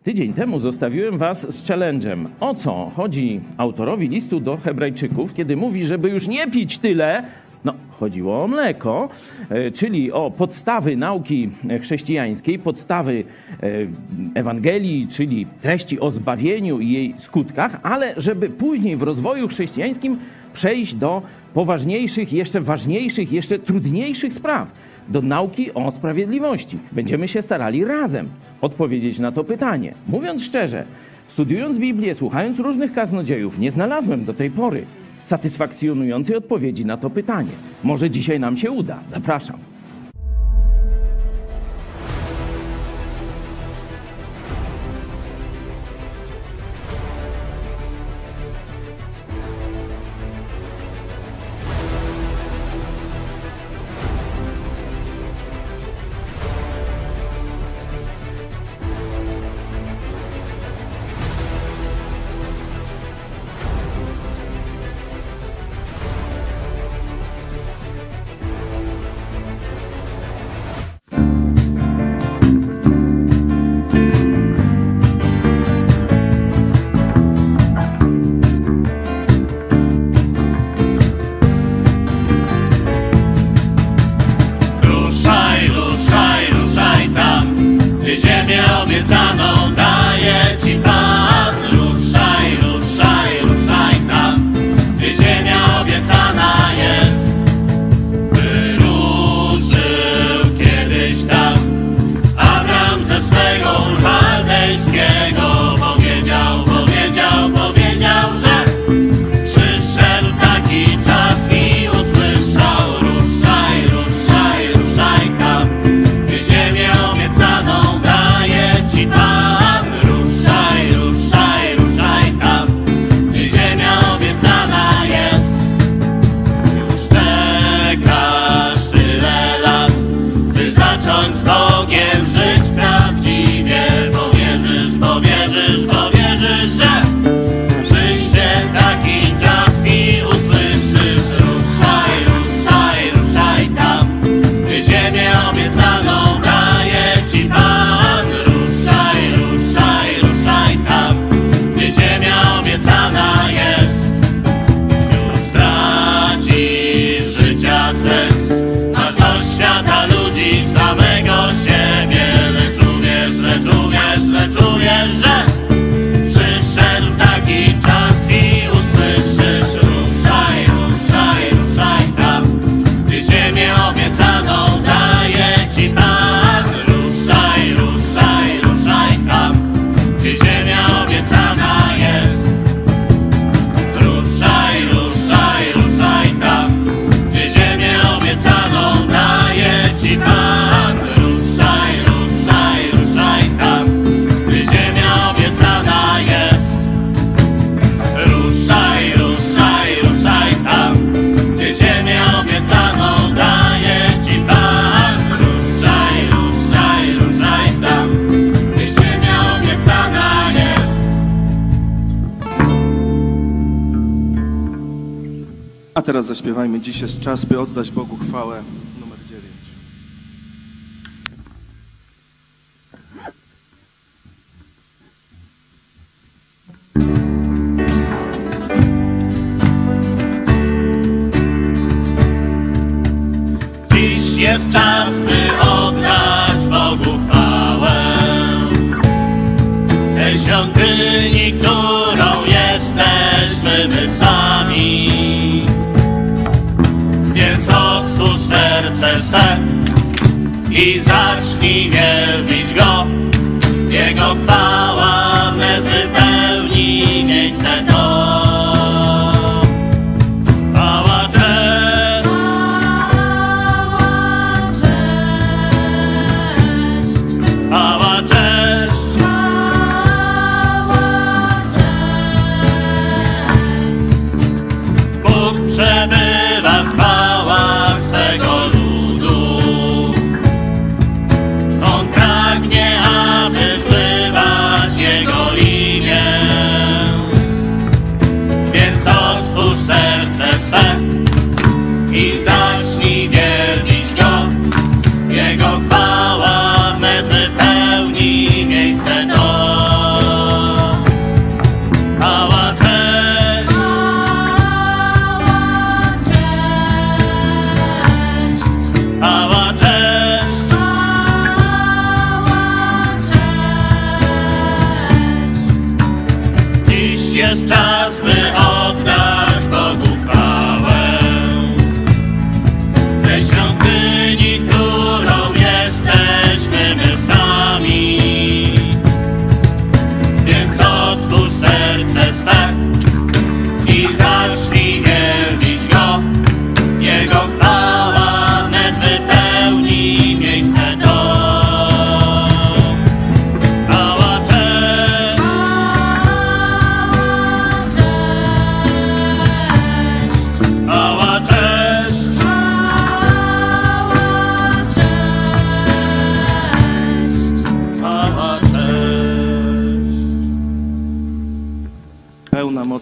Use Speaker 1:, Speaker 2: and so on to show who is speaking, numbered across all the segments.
Speaker 1: Tydzień temu zostawiłem was z challenge'em. O co chodzi autorowi listu do Hebrajczyków, kiedy mówi, żeby już nie pić tyle. No, chodziło o mleko, czyli o podstawy nauki chrześcijańskiej, podstawy Ewangelii, czyli treści o zbawieniu i jej skutkach, ale żeby później w rozwoju chrześcijańskim przejść do poważniejszych, jeszcze ważniejszych, jeszcze trudniejszych spraw, do nauki o sprawiedliwości. Będziemy się starali razem odpowiedzieć na to pytanie. Mówiąc szczerze, studiując Biblię, słuchając różnych kaznodziejów, nie znalazłem do tej pory satysfakcjonującej odpowiedzi na to pytanie. Może dzisiaj nam się uda. Zapraszam.
Speaker 2: Ziemię obiecaną daje ci Pan. Ruszaj, ruszaj, ruszaj tam, gdzie ziemia obiecana jest. Wyruszył kiedyś tam Abram ze swego Ur Chaldejskiego. Powiedział, że przyszedł taki czas i usłyszał: ruszaj, ruszaj, ruszaj tam, gdzie ziemię obiecaną ci Pan. Ruszaj, ruszaj, ruszaj tam, gdzie ziemia obiecana jest. Już czekasz tyle lat, by zacząć z Bogiem żyć prawdziwie. Powierzysz, że przyjdzie taki czas i usłyszysz: ruszaj, ruszaj, ruszaj tam, gdzie ziemię obiecaną daje ci Pan. Ruszaj, ruszaj tam, gdzie ziemia obiecana jest. Już tracisz życia sens, masz dość świata, ludzi, samego siebie. Lecz uwierz, że przyszedł taki czas i usłyszysz: ruszaj, ruszaj, ruszaj tam, gdzie ziemię obiecaną daje ci Pan. Ruszaj, ruszaj, ruszaj tam, gdzie ziemia obiecana jest. Ruszaj, ruszaj, ruszaj tam, gdzie ziemię obiecaną daje ci Pan. Ruszaj, ruszaj, ruszaj tam, gdzie ziemia obiecana jest. Ruszaj, ruszaj, ruszaj tam, gdzie ziemię obiecaną daje ci Pan. Ruszaj, ruszaj, ruszaj tam, gdzie ziemia obiecana jest.
Speaker 3: A teraz zaśpiewajmy: dziś jest czas, by oddać Bogu chwałę. Numer 9.
Speaker 2: Dziś jest czas, by oddać Bogu chwałę. Tej świątyni, którą jesteśmy my sami. Więc otwórz serce swe i zacznij wielbić Go. Jego chwała wnet wypełni miejsce to. Chwała, cześć, chwała, cześć, Bóg przebywa w chwałach swego ludu. On pragnie, aby wzywać Jego imię.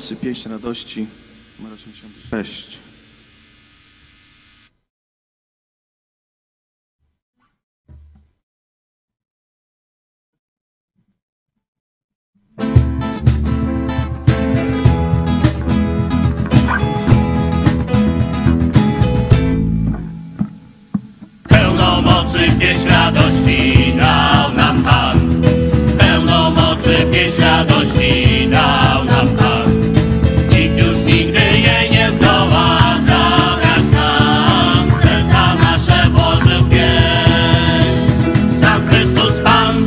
Speaker 3: mocy, pieśń radości, numer 86.
Speaker 2: Pełno mocy, pieśń radości dał nam Pan. Pełno mocy, pieśń radości dał nam Pan. Nikt już nigdy jej nie zdoła zabrać nam. Serca nasze włożył pieśń. Sam Chrystus Pan.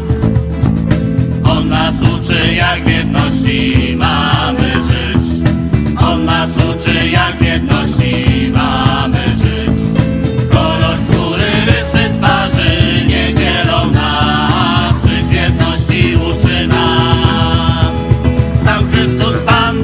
Speaker 2: On nas uczy, jak w jedności mamy żyć. On nas uczy, jak w jedności mamy żyć. Kolor skóry, rysy twarzy nie dzielą nas. Żyć w jedności uczy nas sam Chrystus Pan.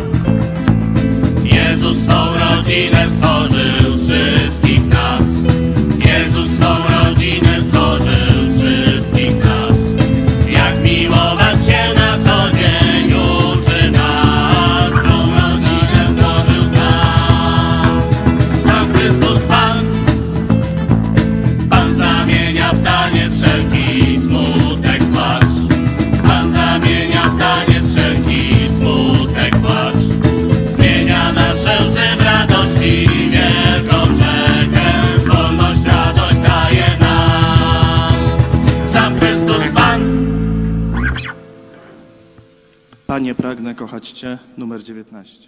Speaker 2: Jezus swą rodzinę stworzył z wszystkich nas. Jezus swą rodzinę stworzył z wszystkich nas. Jak miłować się na co dzień uczy nas. Swą rodzinę stworzył z nas sam Chrystus Pan. Pan zamienia w taniec wszelki smutek, płacz. Pan zamienia w taniec wszelki smutek, płacz. Zmienia nasze łzy w radości, wielką rzekę. Wolność, radość daje nam sam Chrystus Pan.
Speaker 3: Panie, pragnę kochać Cię, numer 19.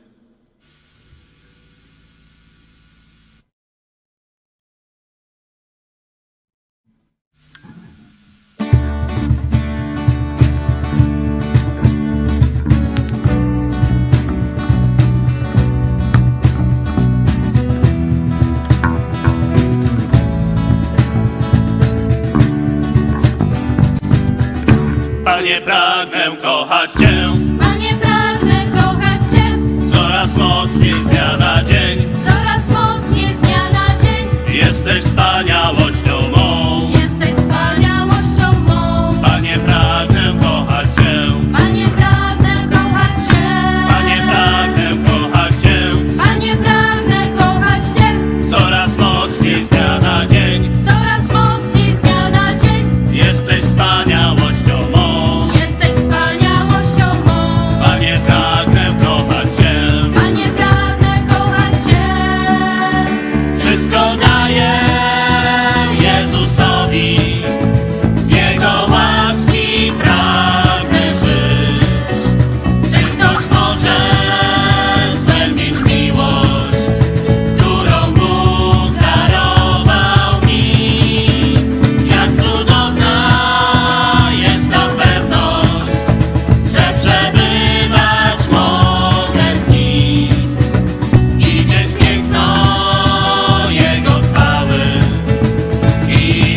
Speaker 2: Panie, pragnę kochać Cię
Speaker 4: Panie, pragnę kochać Cię
Speaker 2: coraz mocniej z dnia na dzień.
Speaker 4: coraz mocniej z dnia na dzień.
Speaker 2: Jesteś wspaniałością mą.
Speaker 4: Jesteś wspaniałością mą.
Speaker 2: Panie, pragnę kochać Cię.
Speaker 4: Panie, pragnę kochać Cię.
Speaker 2: Panie, pragnę kochać Cię
Speaker 4: Panie, pragnę kochać Cię
Speaker 2: coraz mocniej z dnia na dzień.
Speaker 4: coraz mocniej z dnia na dzień.
Speaker 2: Jesteś wspaniałością mą.
Speaker 4: Jesteś wspaniałością mą.
Speaker 2: Panie, pragnę kochać Cię.
Speaker 4: Panie, pragnę kochać Cię.
Speaker 2: Wszystko daję Jezusowi. Z Jego łaski pragnę żyć. Czy ktoś może spełnić miłość, którą Bóg darował mi? Jak cudowna jest ta pewność, że przebywać mogę z Nim. Widzieć piękno Jego chwały i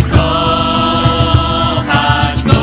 Speaker 2: kochać Go.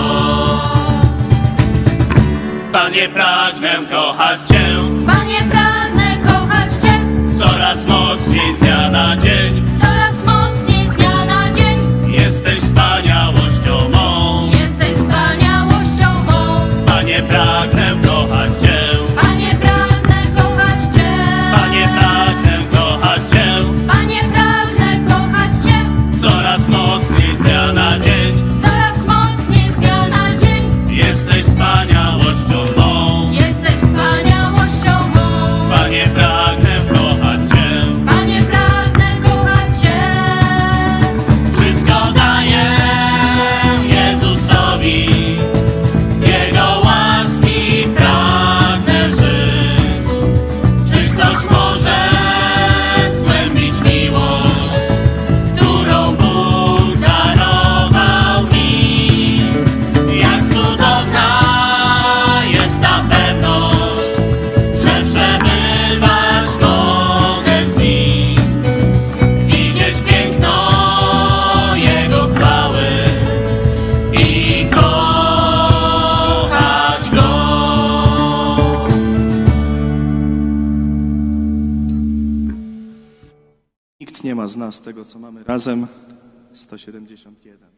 Speaker 2: Panie, pragnę kochać Cię
Speaker 4: Panie, pragnę kochać Cię
Speaker 2: coraz mocniej z dnia na dzień.
Speaker 4: coraz mocniej z dnia na dzień.
Speaker 2: Jesteś wspaniałością mą.
Speaker 4: Jesteś wspaniałością mą.
Speaker 2: Panie, pragnę kochać Cię.
Speaker 4: Panie, pragnę kochać Cię.
Speaker 2: Panie, pragnę kochać Cię
Speaker 4: Panie, pragnę kochać Cię
Speaker 2: coraz mocniej z dnia na dzień.
Speaker 4: coraz mocniej z dnia na dzień.
Speaker 2: Jesteś wspaniałością mą.
Speaker 4: Jesteś wspaniałością mą.
Speaker 2: Panie, pragnę kochać Cię.
Speaker 4: Panie, pragnę kochać Cię.
Speaker 2: Wszystko daję Jezusowi. Z Jego łaski pragnę żyć. Czy ktoś może zgłębić miłość, którą Bóg darował mi? Jak cudowna jest ta pewność, że przebywać mogę z Nim. Widzieć piękno Jego chwały i kochać Go.
Speaker 3: Nikt nie ma z nas tego, co mamy razem. 171.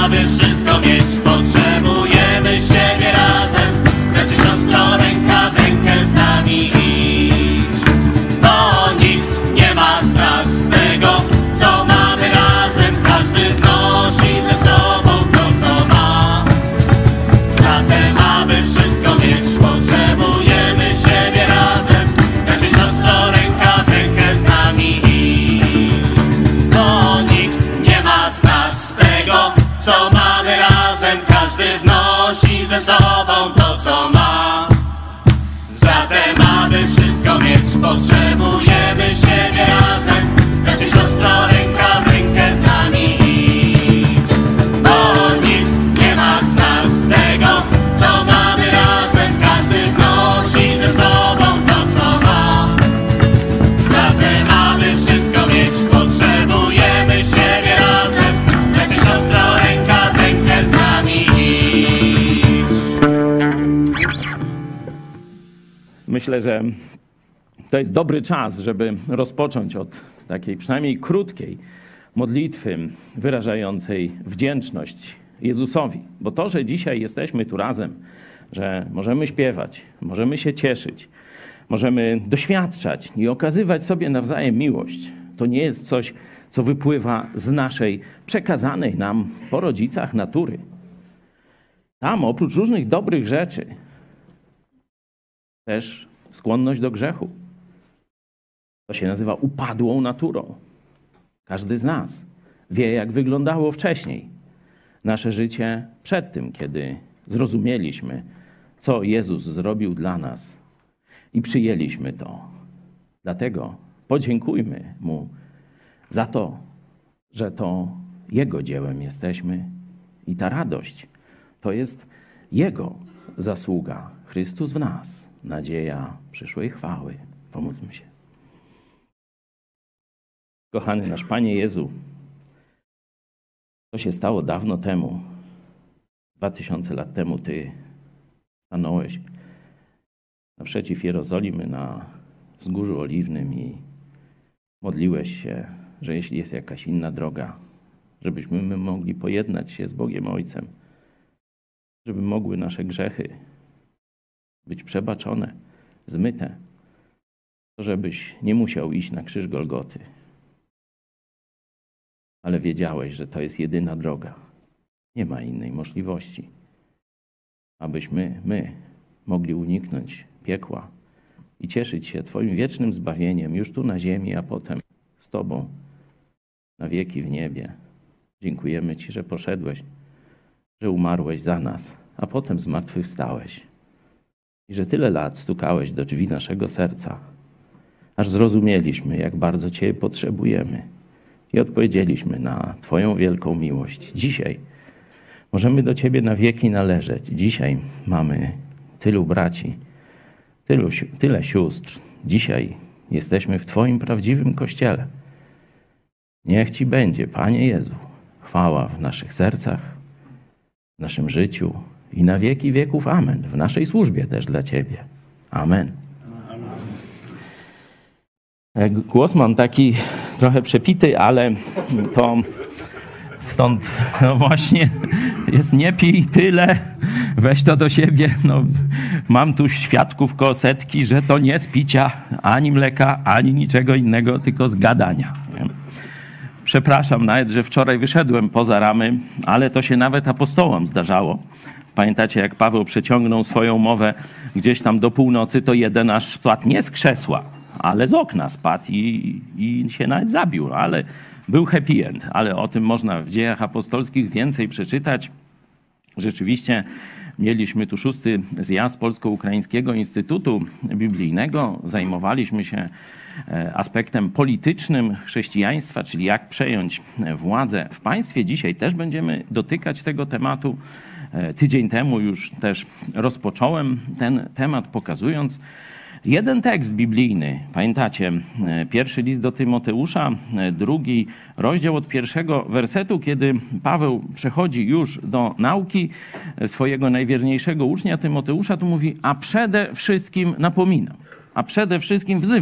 Speaker 2: aby wszystko mieć, potrzebujemy siebie razem. Bracie, siostro, ręka w rękę z nami idź. Bo nikt nie ma z nas tego, co mamy razem. Każdy wnosi ze sobą to, co ma. Zatem, aby wszystko mieć, potrzebujemy siebie razem. Bracie, siostro, ręka w rękę z nami idź. Bo nikt nie ma z nas tego, co mamy razem. Każdy wnosi ze sobą to, co ma. Zatem, aby wszystko mieć, potrzebujemy siebie razem. Bracie, siostro, ręka w rękę z nami idź. Bo nikt nie ma z nas tego, co mamy razem. Każdy wnosi ze sobą to, co ma. Zatem, aby wszystko mieć, potrzebujemy siebie razem. Bracie, siostro, ręka w rękę z nami idź.
Speaker 1: Myślę, że to jest dobry czas, żeby rozpocząć od takiej przynajmniej krótkiej modlitwy wyrażającej wdzięczność Jezusowi. Bo to, że dzisiaj jesteśmy tu razem, że możemy śpiewać, możemy się cieszyć, możemy doświadczać i okazywać sobie nawzajem miłość, to nie jest coś, co wypływa z naszej przekazanej nam po rodzicach natury. Tam oprócz różnych dobrych rzeczy też skłonność do grzechu. To się nazywa upadłą naturą. Każdy z nas wie, jak wyglądało wcześniej nasze życie przed tym, kiedy zrozumieliśmy, co Jezus zrobił dla nas i przyjęliśmy to. Dlatego podziękujmy Mu za to, że to Jego dziełem jesteśmy i ta radość to jest Jego zasługa. Chrystus w nas, nadzieja przyszłej chwały. Pomódlmy się. Kochany nasz Panie Jezu, to się stało dawno temu. 2000 lat temu Ty stanąłeś naprzeciw Jerozolimy na Wzgórzu Oliwnym i modliłeś się, że jeśli jest jakaś inna droga, żebyśmy my mogli pojednać się z Bogiem Ojcem, żeby mogły nasze grzechy być przebaczone, zmyte, to żebyś nie musiał iść na krzyż Golgoty. Ale wiedziałeś, że to jest jedyna droga. Nie ma innej możliwości, abyśmy my mogli uniknąć piekła i cieszyć się Twoim wiecznym zbawieniem już tu na ziemi, a potem z Tobą na wieki w niebie. Dziękujemy Ci, że poszedłeś, że umarłeś za nas, a potem zmartwychwstałeś i że tyle lat stukałeś do drzwi naszego serca, aż zrozumieliśmy, jak bardzo Cię potrzebujemy i odpowiedzieliśmy na Twoją wielką miłość. Dzisiaj możemy do Ciebie na wieki należeć. Dzisiaj mamy tylu braci, tyle sióstr. Dzisiaj jesteśmy w Twoim prawdziwym Kościele. Niech Ci będzie, Panie Jezu, chwała w naszych sercach, w naszym życiu i na wieki wieków. Amen. W naszej służbie też dla Ciebie. Amen. Głos mam taki trochę przepity, ale to stąd no właśnie jest nie pij tyle, weź to do siebie. No, mam tu świadków koło setki, że to nie z picia ani mleka, ani niczego innego, tylko z gadania. Przepraszam nawet, że wczoraj wyszedłem poza ramy, ale to się nawet apostołom zdarzało. Pamiętacie, jak Paweł przeciągnął swoją mowę gdzieś tam do północy, to jeden aż spadł nie z krzesła, ale z okna spadł i się nawet zabił, ale był happy end. Ale o tym można w Dziejach Apostolskich więcej przeczytać. Rzeczywiście mieliśmy tu 6. zjazd Polsko-Ukraińskiego Instytutu Biblijnego. Zajmowaliśmy się aspektem politycznym chrześcijaństwa, czyli jak przejąć władzę w państwie. Dzisiaj też będziemy dotykać tego tematu. Tydzień temu już też rozpocząłem ten temat, pokazując jeden tekst biblijny. Pamiętacie, 1 list do Tymoteusza, 2 rozdział od 1 wersetu, kiedy Paweł przechodzi już do nauki swojego najwierniejszego ucznia Tymoteusza, tu mówi, a przede wszystkim napominam, a przede wszystkim wzywam.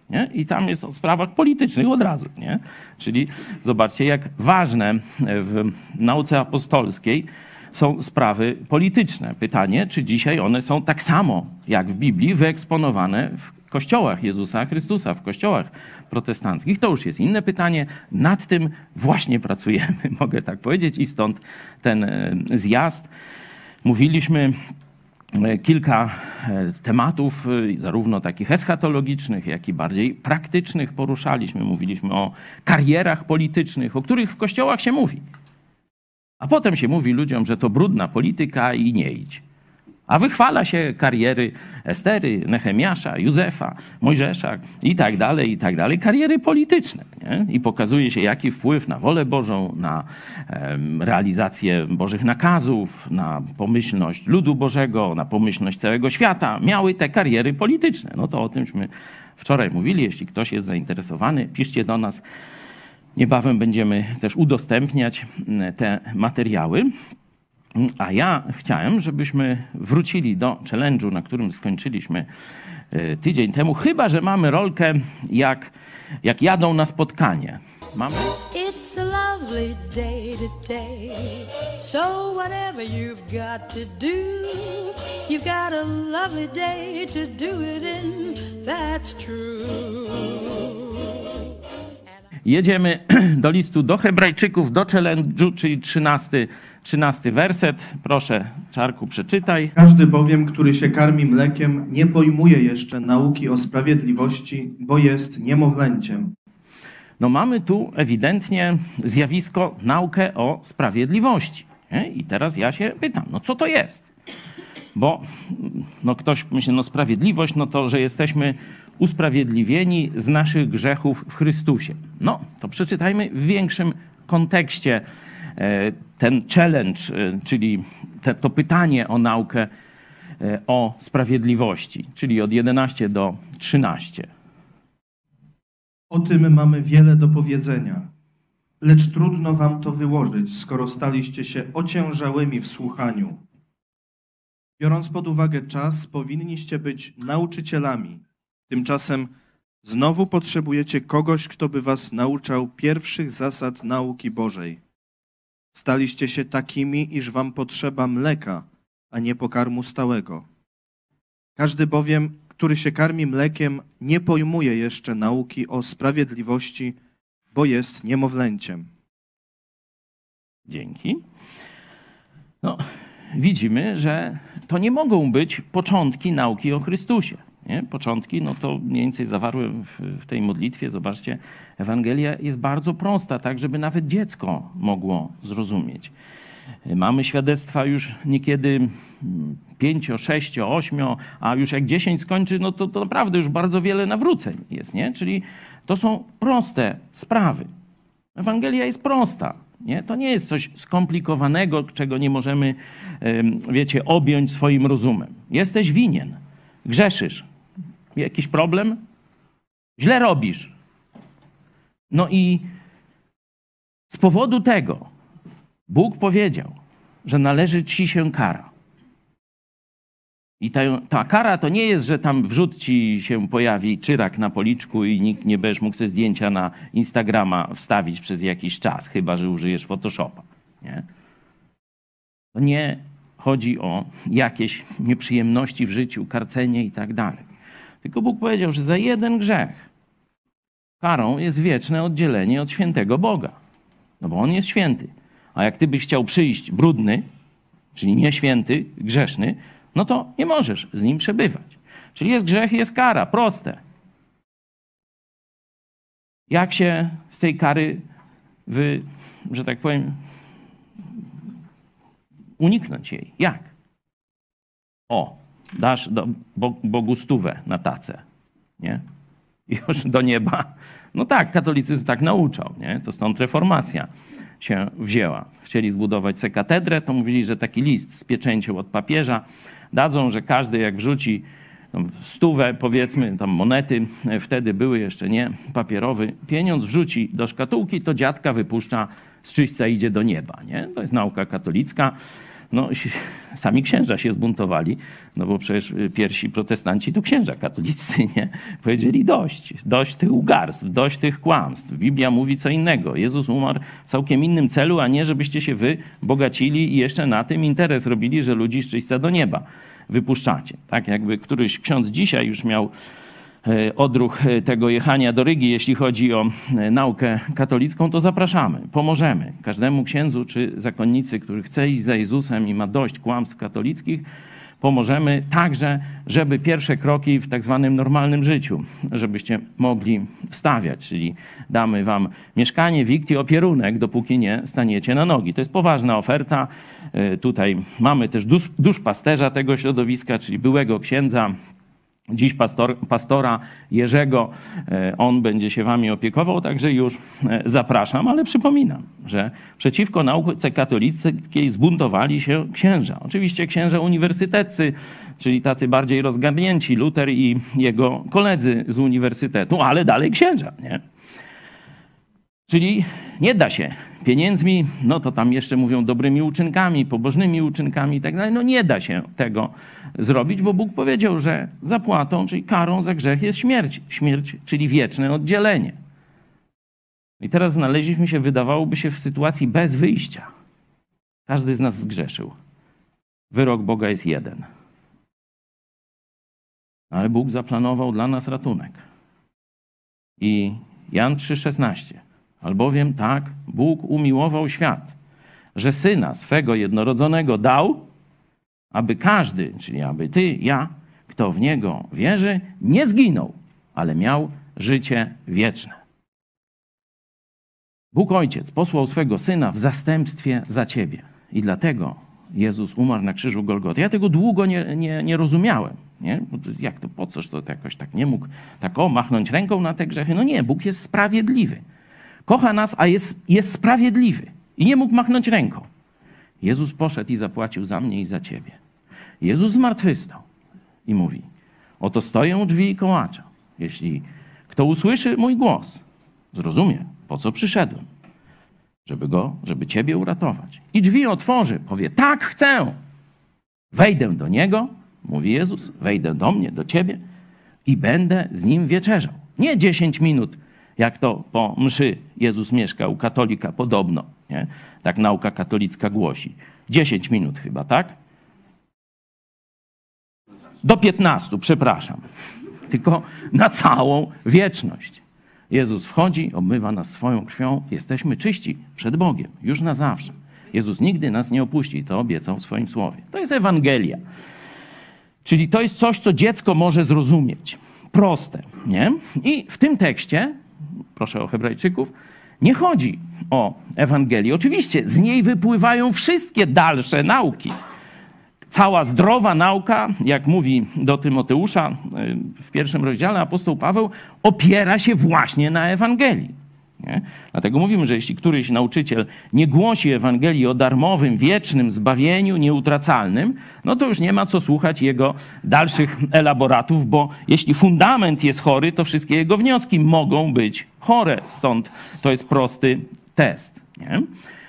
Speaker 1: Nie? I tam jest o sprawach politycznych od razu. Nie? Czyli zobaczcie, jak ważne w nauce apostolskiej są sprawy polityczne. Pytanie, czy dzisiaj one są tak samo jak w Biblii wyeksponowane w kościołach Jezusa Chrystusa, w kościołach protestanckich. To już jest inne pytanie. Nad tym właśnie pracujemy, mogę tak powiedzieć. I stąd ten zjazd. Mówiliśmy kilka tematów, zarówno takich eschatologicznych, jak i bardziej praktycznych poruszaliśmy. Mówiliśmy o karierach politycznych, o których w kościołach się mówi. A potem się mówi ludziom, że to brudna polityka i nie idź. A wychwala się kariery Estery, Nehemiasza, Józefa, Mojżesza i tak dalej, kariery polityczne. Nie? I pokazuje się, jaki wpływ na wolę Bożą, na realizację Bożych nakazów, na pomyślność ludu Bożego, na pomyślność całego świata miały te kariery polityczne. No to o tymśmy wczoraj mówili. Jeśli ktoś jest zainteresowany, piszcie do nas. Niebawem będziemy też udostępniać te materiały. A ja chciałem, żebyśmy wrócili do challenge'u, na którym skończyliśmy tydzień temu. Chyba że mamy rolkę, jak jadą na spotkanie. Mamy?
Speaker 5: It's a lovely day today, so whatever you've got to do, you've got a lovely day to do it in, that's true.
Speaker 1: Jedziemy do listu do Hebrajczyków, do challenge'u, czyli 13 werset. Proszę, Czarku, przeczytaj.
Speaker 3: Każdy bowiem, który się karmi mlekiem, nie pojmuje jeszcze nauki o sprawiedliwości, bo jest niemowlęciem.
Speaker 1: No mamy tu ewidentnie zjawisko naukę o sprawiedliwości. Nie? I teraz ja się pytam, no co to jest? Bo no ktoś myśli, no sprawiedliwość, no to, że jesteśmy usprawiedliwieni z naszych grzechów w Chrystusie. No, to przeczytajmy w większym kontekście ten challenge, czyli to pytanie o naukę o sprawiedliwości, czyli od 11 do 13.
Speaker 3: O tym mamy wiele do powiedzenia, lecz trudno wam to wyłożyć, skoro staliście się ociężałymi w słuchaniu. Biorąc pod uwagę czas, powinniście być nauczycielami. Tymczasem znowu potrzebujecie kogoś, kto by was nauczał pierwszych zasad nauki Bożej. Staliście się takimi, iż wam potrzeba mleka, a nie pokarmu stałego. Każdy bowiem, który się karmi mlekiem, nie pojmuje jeszcze nauki o sprawiedliwości, bo jest niemowlęciem.
Speaker 1: Dzięki. No, widzimy, że to nie mogą być początki nauki o Chrystusie. Nie? Początki, no to mniej więcej zawarłem w tej modlitwie. Zobaczcie, Ewangelia jest bardzo prosta, tak żeby nawet dziecko mogło zrozumieć. Mamy świadectwa już niekiedy 5, 6, 8, a już jak 10 skończy, no to naprawdę już bardzo wiele nawróceń jest, nie? Czyli to są proste sprawy. Ewangelia jest prosta, nie? To nie jest coś skomplikowanego, czego nie możemy, wiecie, objąć swoim rozumem. Jesteś winien, grzeszysz. Jakiś problem? Źle robisz. No i z powodu tego Bóg powiedział, że należy ci się kara. I ta kara to nie jest, że tam wrzód ci się pojawi czyrak na policzku i nikt nie będziesz mógł sobie zdjęcia na Instagrama wstawić przez jakiś czas, chyba że użyjesz Photoshopa. Nie? To nie chodzi o jakieś nieprzyjemności w życiu, karcenie i tak dalej. Tylko Bóg powiedział, że za jeden grzech karą jest wieczne oddzielenie od świętego Boga. No bo On jest święty. A jak ty byś chciał przyjść brudny, czyli nieświęty, grzeszny, no to nie możesz z Nim przebywać. Czyli jest grzech i jest kara. Proste. Jak się z tej kary, że tak powiem, uniknąć jej? Jak? Dasz Bogu 100 na tacę, nie? I już do nieba. No tak, katolicyzm tak nauczał, nie? To stąd reformacja się wzięła. Chcieli zbudować sobie katedrę, to mówili, że taki list z pieczęcią od papieża dadzą, że każdy jak wrzuci 100, powiedzmy, tam monety, wtedy były jeszcze nie papierowy, pieniądz wrzuci do szkatułki, to dziadka wypuszcza z czyśćca, idzie do nieba, nie? To jest nauka katolicka. no sami księża się zbuntowali, no bo przecież pierwsi protestanci to księża katolicy, nie? Powiedzieli dość tych ugarstw, dość tych kłamstw. Biblia mówi co innego. Jezus umarł w całkiem innym celu, a nie żebyście się wy bogacili i jeszcze na tym interes robili, że ludzi z czyśćca do nieba wypuszczacie. Tak jakby któryś ksiądz dzisiaj już miał odruch tego jechania do Rygi, jeśli chodzi o naukę katolicką, to zapraszamy, pomożemy każdemu księdzu czy zakonnicy, który chce iść za Jezusem i ma dość kłamstw katolickich, pomożemy także, żeby pierwsze kroki w tak zwanym normalnym życiu, żebyście mogli stawiać, czyli damy wam mieszkanie, wikt i opierunek, dopóki nie staniecie na nogi. To jest poważna oferta. Tutaj mamy też duszpasterza tego środowiska, czyli byłego księdza, dziś pastora Jerzego, on będzie się wami opiekował, także już zapraszam, ale przypominam, że przeciwko nauce katolickiej zbuntowali się księża. Oczywiście księża uniwersyteccy, czyli tacy bardziej rozgarnięci, Luter i jego koledzy z uniwersytetu, ale dalej księża, nie? Czyli nie da się pieniędzmi, no to tam jeszcze mówią dobrymi uczynkami, pobożnymi uczynkami i tak dalej. No nie da się tego zrobić, bo Bóg powiedział, że zapłatą, czyli karą za grzech jest śmierć. Śmierć, czyli wieczne oddzielenie. I teraz znaleźliśmy się, wydawałoby się, w sytuacji bez wyjścia. Każdy z nas zgrzeszył. Wyrok Boga jest jeden. Ale Bóg zaplanował dla nas ratunek. I Jan 3,16. Albowiem tak Bóg umiłował świat, że Syna swego jednorodzonego dał, aby każdy, czyli aby ty, ja, kto w Niego wierzy, nie zginął, ale miał życie wieczne. Bóg Ojciec posłał swego Syna w zastępstwie za ciebie. I dlatego Jezus umarł na krzyżu Golgoty. Ja tego długo nie rozumiałem. Nie? Jak to, po coż to jakoś tak nie mógł tak machnąć ręką na te grzechy? No nie, Bóg jest sprawiedliwy. Kocha nas, a jest sprawiedliwy. I nie mógł machnąć ręką. Jezus poszedł i zapłacił za mnie i za ciebie. Jezus zmartwychwstał i mówi: oto stoję u drzwi i kołaczę. Jeśli kto usłyszy mój głos, zrozumie, po co przyszedłem. Żeby ciebie uratować. I drzwi otworzy, powie: tak, chcę. Wejdę do niego, mówi Jezus, wejdę do mnie, do ciebie i będę z nim wieczerzał. Nie 10 minut, jak to po mszy Jezus mieszka u katolika podobno. Nie? Tak nauka katolicka głosi. 10 minut chyba, tak? Do 15, przepraszam. Tylko na całą wieczność. Jezus wchodzi, obmywa nas swoją krwią. Jesteśmy czyści przed Bogiem, już na zawsze. Jezus nigdy nas nie opuści, to obiecał w swoim słowie. To jest Ewangelia. Czyli to jest coś, co dziecko może zrozumieć. Proste, nie? I w tym tekście, proszę o Hebrajczyków, nie chodzi o Ewangelię. Oczywiście z niej wypływają wszystkie dalsze nauki. Cała zdrowa nauka, jak mówi do Tymoteusza w 1 rozdziale apostoł Paweł, opiera się właśnie na Ewangelii. Nie? Dlatego mówimy, że jeśli któryś nauczyciel nie głosi Ewangelii o darmowym, wiecznym zbawieniu nieutracalnym, no to już nie ma co słuchać jego dalszych elaboratów, bo jeśli fundament jest chory, to wszystkie jego wnioski mogą być chore. Stąd to jest prosty test. Nie?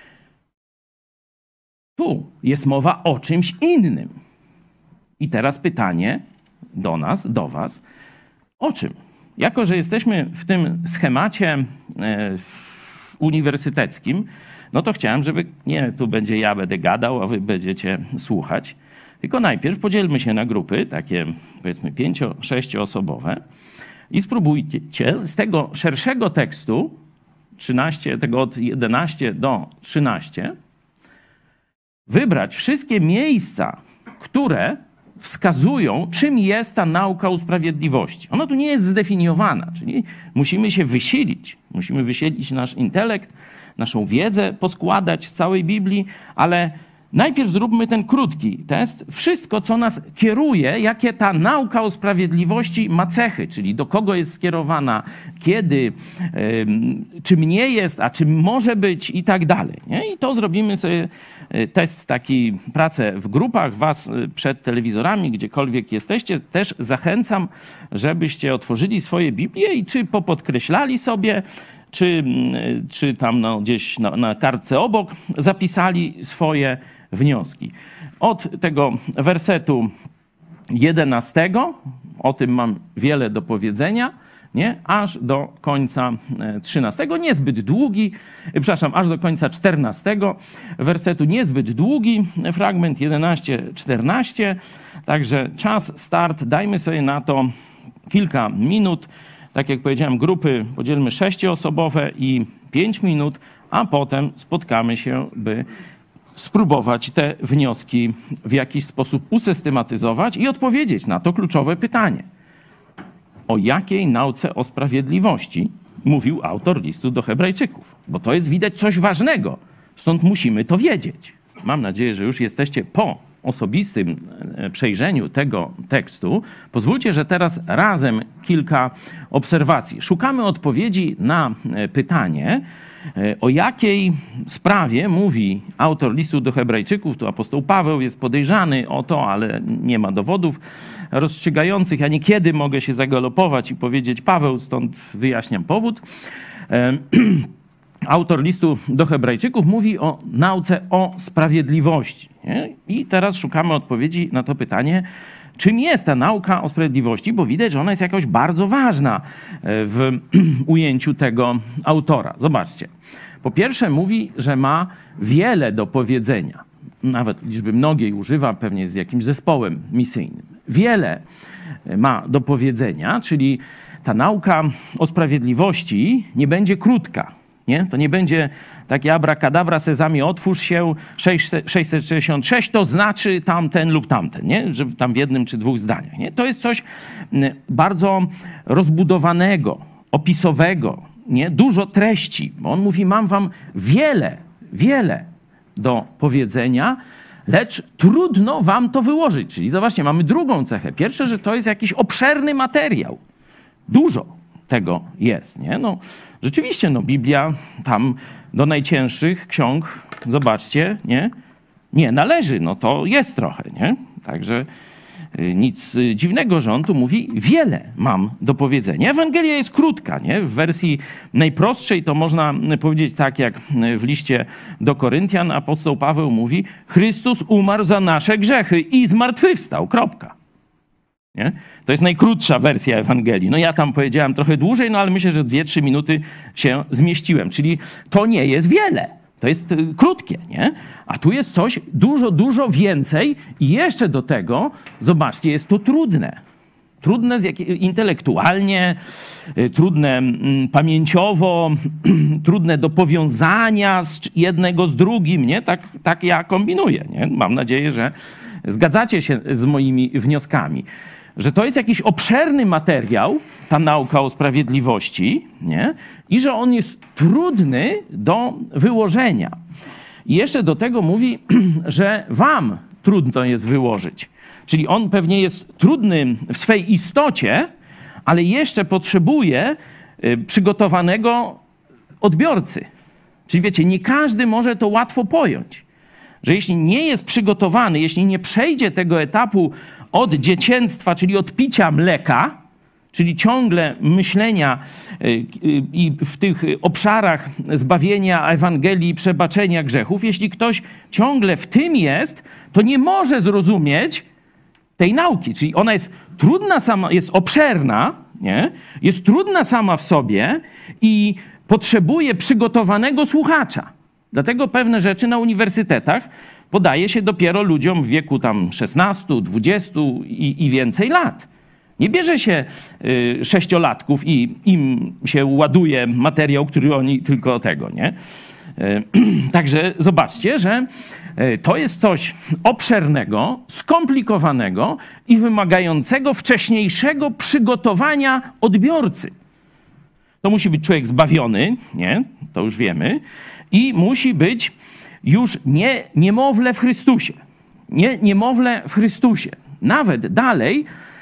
Speaker 1: Tu jest mowa o czymś innym. I teraz pytanie do nas, do was, o czym? Jako że jesteśmy w tym schemacie uniwersyteckim, no to chciałem, żeby nie tu będzie ja będę gadał, a wy będziecie słuchać. Tylko najpierw podzielmy się na grupy, takie powiedzmy 5-6 osobowe i spróbujcie z tego szerszego tekstu, 13, tego od 11 do 13, wybrać wszystkie miejsca, które wskazują, czym jest ta nauka usprawiedliwości. Ona tu nie jest zdefiniowana, czyli musimy się wysilić. Musimy wysilić nasz intelekt, naszą wiedzę, poskładać z całej Biblii, ale najpierw zróbmy ten krótki test. Wszystko, co nas kieruje, jakie ta nauka o sprawiedliwości ma cechy, czyli do kogo jest skierowana, kiedy, czym nie jest, a czym może być i tak dalej. Nie? I to zrobimy sobie test, taki pracę w grupach. Was przed telewizorami, gdziekolwiek jesteście, też zachęcam, żebyście otworzyli swoje Biblie i czy popodkreślali sobie, czy tam gdzieś na kartce obok zapisali swoje wnioski. Od tego wersetu 11, o tym mam wiele do powiedzenia, nie? Aż do końca 13, niezbyt długi, przepraszam, aż do końca 14 wersetu, niezbyt długi fragment 11-14, także czas, start, dajmy sobie na to kilka minut, tak jak powiedziałem, grupy podzielmy 6-osobowe i 5 minut, a potem spotkamy się, by spróbować te wnioski w jakiś sposób usystematyzować i odpowiedzieć na to kluczowe pytanie. O jakiej nauce o sprawiedliwości mówił autor listu do Hebrajczyków? Bo to jest widać coś ważnego, stąd musimy to wiedzieć. Mam nadzieję, że już jesteście po osobistym przejrzeniu tego tekstu. Pozwólcie, że teraz razem kilka obserwacji. Szukamy odpowiedzi na pytanie, o jakiej sprawie mówi autor listu do Hebrajczyków. Tu apostoł Paweł jest podejrzany o to, ale nie ma dowodów rozstrzygających. Ja niekiedy mogę się zagalopować i powiedzieć Paweł, stąd wyjaśniam powód. Autor listu do Hebrajczyków mówi o nauce o sprawiedliwości. Nie? I teraz szukamy odpowiedzi na to pytanie, czym jest ta nauka o sprawiedliwości, bo widać, że ona jest jakoś bardzo ważna w ujęciu tego autora. Zobaczcie. Po pierwsze mówi, że ma wiele do powiedzenia. Nawet liczby mnogiej używa, pewnie z jakimś zespołem misyjnym. Wiele ma do powiedzenia, czyli ta nauka o sprawiedliwości nie będzie krótka. Nie? To nie będzie takie abracadabra, sezamie, otwórz się, 666 to znaczy tamten lub tamten, nie? Żeby tam w jednym czy dwóch zdaniach. Nie? To jest coś bardzo rozbudowanego, opisowego, nie? Dużo treści. Bo on mówi, mam wam wiele do powiedzenia, lecz trudno wam to wyłożyć. Czyli zobaczcie, mamy drugą cechę. Pierwsze, że to jest jakiś obszerny materiał. Dużo tego jest, nie? No, rzeczywiście, no, Biblia tam do najcięższych ksiąg, zobaczcie, nie należy, no to jest trochę, nie? Także nic dziwnego, że on tu mówi, wiele mam do powiedzenia. Ewangelia jest krótka, nie? W wersji najprostszej to można powiedzieć tak, jak w liście do Koryntian apostoł Paweł mówi, Chrystus umarł za nasze grzechy i zmartwychwstał, kropka. Nie? To jest najkrótsza wersja Ewangelii. No ja tam powiedziałem trochę dłużej, no ale myślę, że 2-3 minuty się zmieściłem. Czyli to nie jest wiele. To jest krótkie, nie? A tu jest coś dużo więcej i jeszcze do tego, zobaczcie, jest to trudne. Trudne intelektualnie, trudne pamięciowo, trudne do powiązania jednego z drugim, nie? Tak ja kombinuję, nie? Mam nadzieję, że zgadzacie się z moimi wnioskami. Że to jest jakiś obszerny materiał, ta nauka o sprawiedliwości, nie? I że on jest trudny do wyłożenia. I jeszcze do tego mówi, że wam trudno jest wyłożyć. Czyli on pewnie jest trudny w swej istocie, ale jeszcze potrzebuje przygotowanego odbiorcy. Czyli wiecie, nie każdy może to łatwo pojąć. Że jeśli nie jest przygotowany, jeśli nie przejdzie tego etapu od dzieciństwa, czyli od picia mleka, czyli ciągle myślenia i w tych obszarach zbawienia, Ewangelii, przebaczenia grzechów, jeśli ktoś ciągle w tym jest, to nie może zrozumieć tej nauki. Czyli ona jest trudna sama, jest obszerna, nie? Jest trudna sama w sobie i potrzebuje przygotowanego słuchacza. Dlatego pewne rzeczy na uniwersytetach podaje się dopiero ludziom w wieku tam 16, 20 i więcej lat. Nie bierze się 6-latków i im się ładuje materiał, który oni tylko tego, nie? Także zobaczcie, że to jest coś obszernego, skomplikowanego i wymagającego wcześniejszego przygotowania odbiorcy. To musi być człowiek zbawiony, nie? To już wiemy. I musi być już nie niemowlę w Chrystusie. Nie niemowlę w Chrystusie. Nawet dalej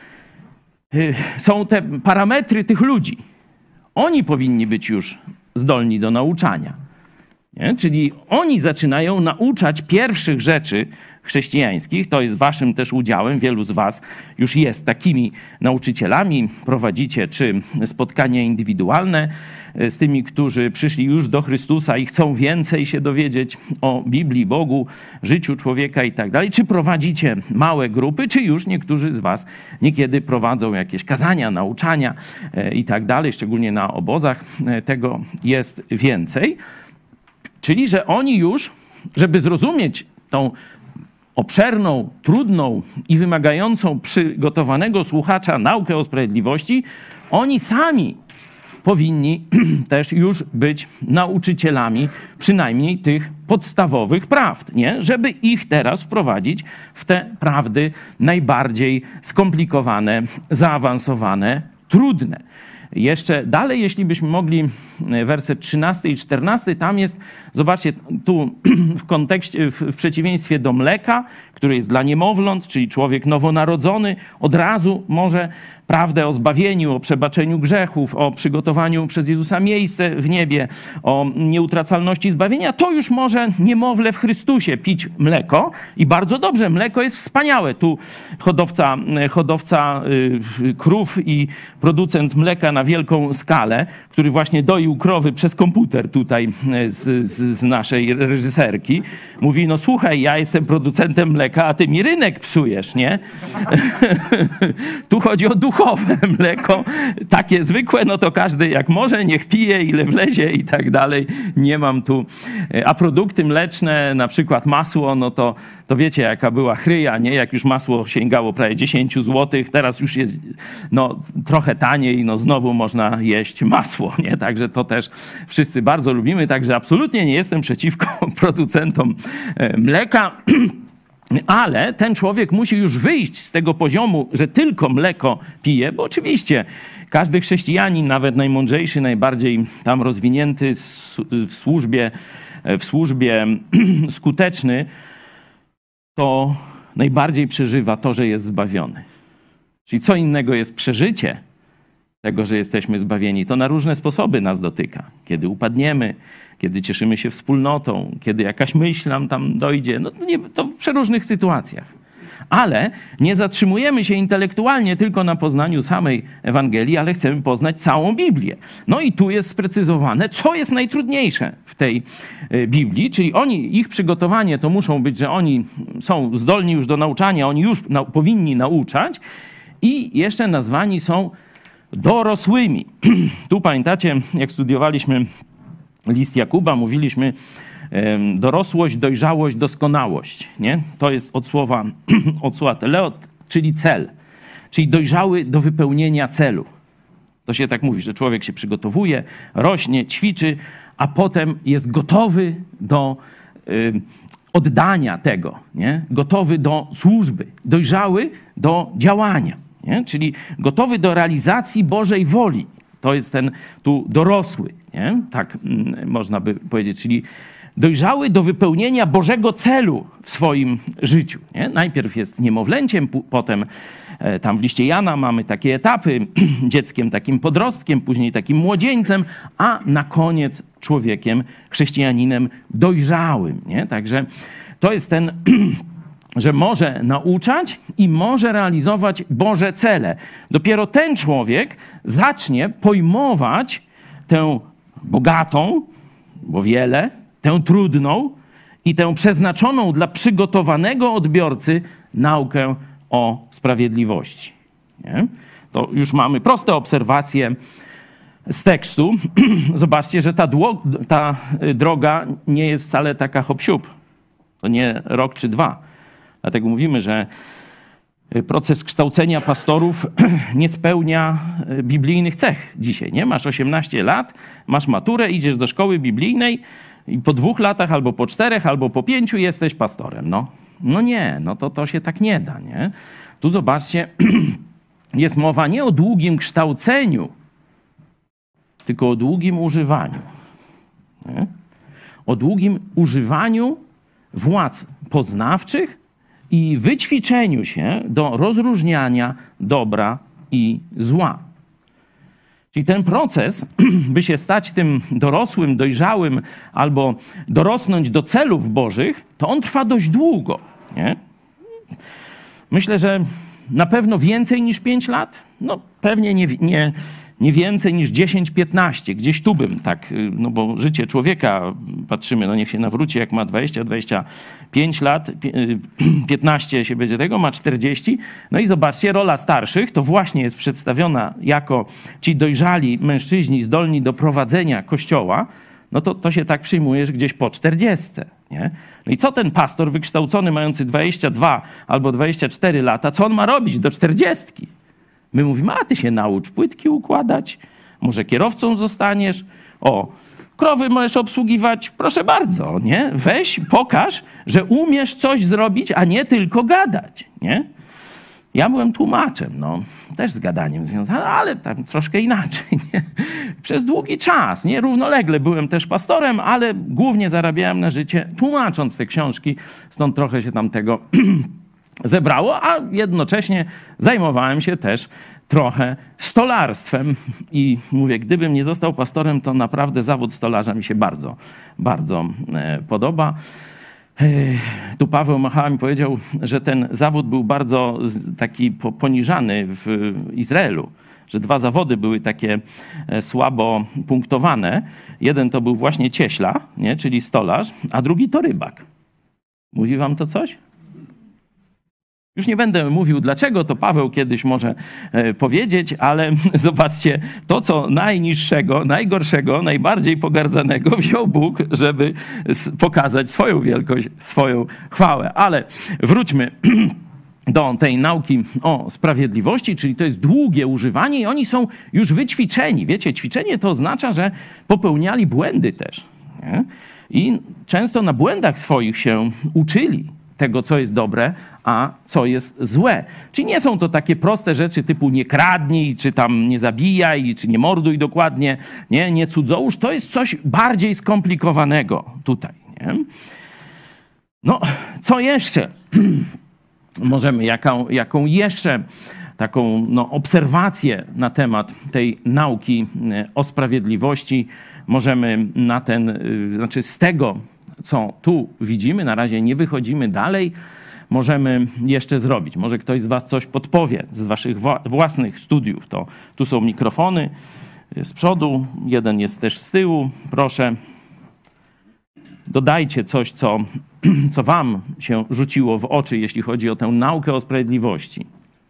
Speaker 1: są te parametry tych ludzi. Oni powinni być już zdolni do nauczania. Nie? Czyli oni zaczynają nauczać pierwszych rzeczy chrześcijańskich. To jest waszym też udziałem. Wielu z was już jest takimi nauczycielami. Prowadzicie czy spotkania indywidualne z tymi, którzy przyszli już do Chrystusa i chcą więcej się dowiedzieć o Biblii, Bogu, życiu człowieka i tak dalej. Czy prowadzicie małe grupy, czy już niektórzy z was niekiedy prowadzą jakieś kazania, nauczania i tak dalej, szczególnie na obozach tego jest więcej. Czyli, że oni już, żeby zrozumieć tą obszerną, trudną i wymagającą przygotowanego słuchacza naukę o sprawiedliwości, oni sami powinni też już być nauczycielami przynajmniej tych podstawowych prawd, nie? Żeby ich teraz wprowadzić w te prawdy najbardziej skomplikowane, zaawansowane, trudne. Jeszcze dalej, jeśli byśmy mogli, werset 13 i 14, tam jest, zobaczcie, tu w kontekście, w przeciwieństwie do mleka, który jest dla niemowląt, czyli człowiek nowonarodzony, od razu może prawdę o zbawieniu, o przebaczeniu grzechów, o przygotowaniu przez Jezusa miejsce w niebie, o nieutracalności zbawienia, to już może niemowlę w Chrystusie pić mleko i bardzo dobrze, mleko jest wspaniałe. Tu hodowca krów i producent mleka na wielką skalę, który właśnie doił krowy przez komputer tutaj z naszej reżyserki, mówi, no słuchaj, ja jestem producentem mleka, a ty mi rynek psujesz, nie? Tu chodzi o duchowe mleko, takie zwykłe, no to każdy jak może, niech pije, ile wlezie i tak dalej. Nie mam tu... A produkty mleczne, na przykład masło, no to wiecie, jaka była chryja, nie? Jak już masło sięgało prawie 10 zł, teraz już jest no, trochę taniej, no znowu można jeść masło, nie? Także to też wszyscy bardzo lubimy, także absolutnie nie jestem przeciwko producentom mleka. Ale ten człowiek musi już wyjść z tego poziomu, że tylko mleko pije, bo oczywiście każdy chrześcijanin, nawet najmądrzejszy, najbardziej tam rozwinięty w służbie skuteczny, to najbardziej przeżywa to, że jest zbawiony. Czyli co innego jest przeżycie tego, że jesteśmy zbawieni. To na różne sposoby nas dotyka. Kiedy upadniemy, kiedy cieszymy się wspólnotą, kiedy jakaś myśl nam tam dojdzie, no to w przeróżnych sytuacjach. Ale nie zatrzymujemy się intelektualnie tylko na poznaniu samej Ewangelii, ale chcemy poznać całą Biblię. No i tu jest sprecyzowane, co jest najtrudniejsze w tej Biblii, czyli ich przygotowanie to muszą być, że oni są zdolni już do nauczania, oni już powinni nauczać i jeszcze nazwani są dorosłymi. Tu pamiętacie, jak studiowaliśmy list Jakuba, mówiliśmy dorosłość, dojrzałość, doskonałość. Nie? To jest od słowa teleot, czyli cel. Czyli dojrzały do wypełnienia celu. To się tak mówi, że człowiek się przygotowuje, rośnie, ćwiczy, a potem jest gotowy do oddania tego. Nie? Gotowy do służby, dojrzały do działania. Nie? Czyli gotowy do realizacji Bożej woli. To jest ten tu dorosły, nie? Tak można by powiedzieć, czyli dojrzały do wypełnienia Bożego celu w swoim życiu. Nie? Najpierw jest niemowlęciem, potem tam w liście Jana mamy takie etapy, dzieckiem takim podrostkiem, później takim młodzieńcem, a na koniec człowiekiem, chrześcijaninem dojrzałym. Nie? Także to jest ten... że może nauczać i może realizować Boże cele. Dopiero ten człowiek zacznie pojmować tę bogatą, bo wiele, tę trudną i tę przeznaczoną dla przygotowanego odbiorcy naukę o sprawiedliwości. Nie? To już mamy proste obserwacje z tekstu. Zobaczcie, że ta droga nie jest wcale taka hop-siup. To nie rok czy dwa. Dlatego mówimy, że proces kształcenia pastorów nie spełnia biblijnych cech dzisiaj. Nie? Masz 18 lat, masz maturę, idziesz do szkoły biblijnej i po 2 latach, albo po 4, albo po 5 jesteś pastorem. No nie, no to się tak nie da. Nie? Tu zobaczcie, jest mowa nie o długim kształceniu, tylko o długim używaniu. Nie? O długim używaniu władz poznawczych i wyćwiczeniu się do rozróżniania dobra i zła. Czyli ten proces, by się stać tym dorosłym, dojrzałym albo dorosnąć do celów bożych, to on trwa dość długo. nie? Myślę, że na pewno więcej niż 5 lat. No pewnie nie więcej niż 10-15. Gdzieś tu bym tak, no bo życie człowieka, patrzymy, no niech się nawróci, jak ma 20-25 lat, 15 się będzie tego, ma 40. No i zobaczcie, rola starszych to właśnie jest przedstawiona jako ci dojrzali mężczyźni zdolni do prowadzenia Kościoła, no to się tak przyjmuje, że gdzieś po 40. Nie? No i co ten pastor wykształcony, mający 22 albo 24 lata, co on ma robić do 40? My mówimy, a ty się naucz płytki układać, może kierowcą zostaniesz, krowy możesz obsługiwać, proszę bardzo, nie? Weź, pokaż, że umiesz coś zrobić, a nie tylko gadać, nie? Ja byłem tłumaczem, no, też z gadaniem związany, ale tam troszkę inaczej, nie? Przez długi czas, nie? Równolegle byłem też pastorem, ale głównie zarabiałem na życie tłumacząc te książki, stąd trochę się tam tego zebrało, a jednocześnie zajmowałem się też trochę stolarstwem i mówię, gdybym nie został pastorem, to naprawdę zawód stolarza mi się bardzo, bardzo podoba. Tu Paweł Machała mi powiedział, że ten zawód był bardzo taki poniżany w Izraelu, że 2 zawody były takie słabo punktowane. Jeden to był właśnie cieśla, nie? Czyli stolarz, a drugi to rybak. Mówi wam to coś? Już nie będę mówił dlaczego, to Paweł kiedyś może powiedzieć, ale zobaczcie, to co najniższego, najgorszego, najbardziej pogardzanego wziął Bóg, żeby pokazać swoją wielkość, swoją chwałę. Ale wróćmy do tej nauki o sprawiedliwości, czyli to jest długie używanie i oni są już wyćwiczeni. Wiecie, ćwiczenie to oznacza, że popełniali błędy też. Nie? I często na błędach swoich się uczyli tego, co jest dobre, a co jest złe. Czyli nie są to takie proste rzeczy typu nie kradnij, czy tam nie zabijaj, czy nie morduj dokładnie, nie cudzołóż. To jest coś bardziej skomplikowanego tutaj. Nie? No, co jeszcze? Możemy, jaką jeszcze taką obserwację na temat tej nauki o sprawiedliwości możemy z tego, co tu widzimy, na razie nie wychodzimy dalej, możemy jeszcze zrobić. Może ktoś z was coś podpowie z waszych własnych studiów. To tu są mikrofony z przodu, jeden jest też z tyłu. Proszę, dodajcie coś, co wam się rzuciło w oczy, jeśli chodzi o tę naukę o sprawiedliwości.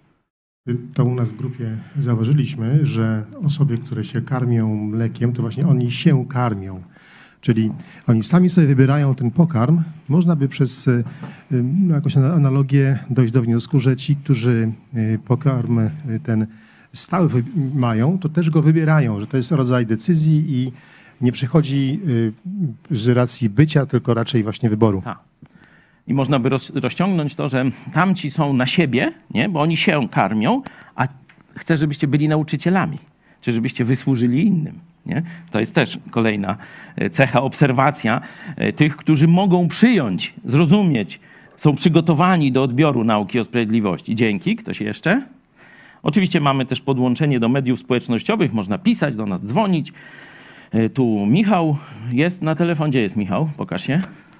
Speaker 6: To u nas w grupie zauważyliśmy, że osoby, które się karmią mlekiem, to właśnie oni się karmią. Czyli oni sami sobie wybierają ten pokarm. Można by przez jakąś analogię dojść do wniosku, że ci, którzy pokarm ten stały mają, to też go wybierają, że to jest rodzaj decyzji i nie przychodzi z racji bycia, tylko raczej właśnie wyboru.
Speaker 1: Tak. I można by rozciągnąć to, że tamci są na siebie, nie? Bo oni się karmią, a chcę, żebyście byli nauczycielami, czy żebyście wysłużyli innym. Nie? To jest też kolejna cecha, obserwacja tych, którzy mogą przyjąć, zrozumieć, są przygotowani do odbioru nauki o sprawiedliwości. Dzięki. Ktoś jeszcze? Oczywiście mamy też podłączenie do mediów społecznościowych, można pisać, do nas dzwonić. Tu Michał jest na telefonie. Gdzie jest Michał? Pokaż się.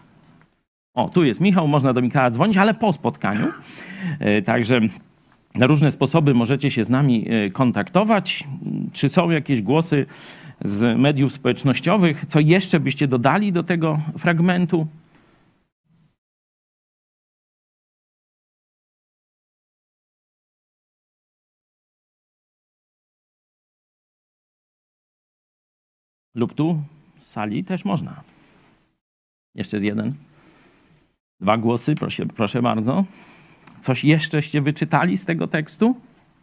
Speaker 1: Tu jest Michał, można do Michała dzwonić, ale po spotkaniu. Także na różne sposoby możecie się z nami kontaktować. Czy są jakieś głosy z mediów społecznościowych? Co jeszcze byście dodali do tego fragmentu? Lub tu z sali też można. Jeszcze jest jeden. 2 głosy, proszę bardzo. Coś jeszczeście wyczytali z tego tekstu?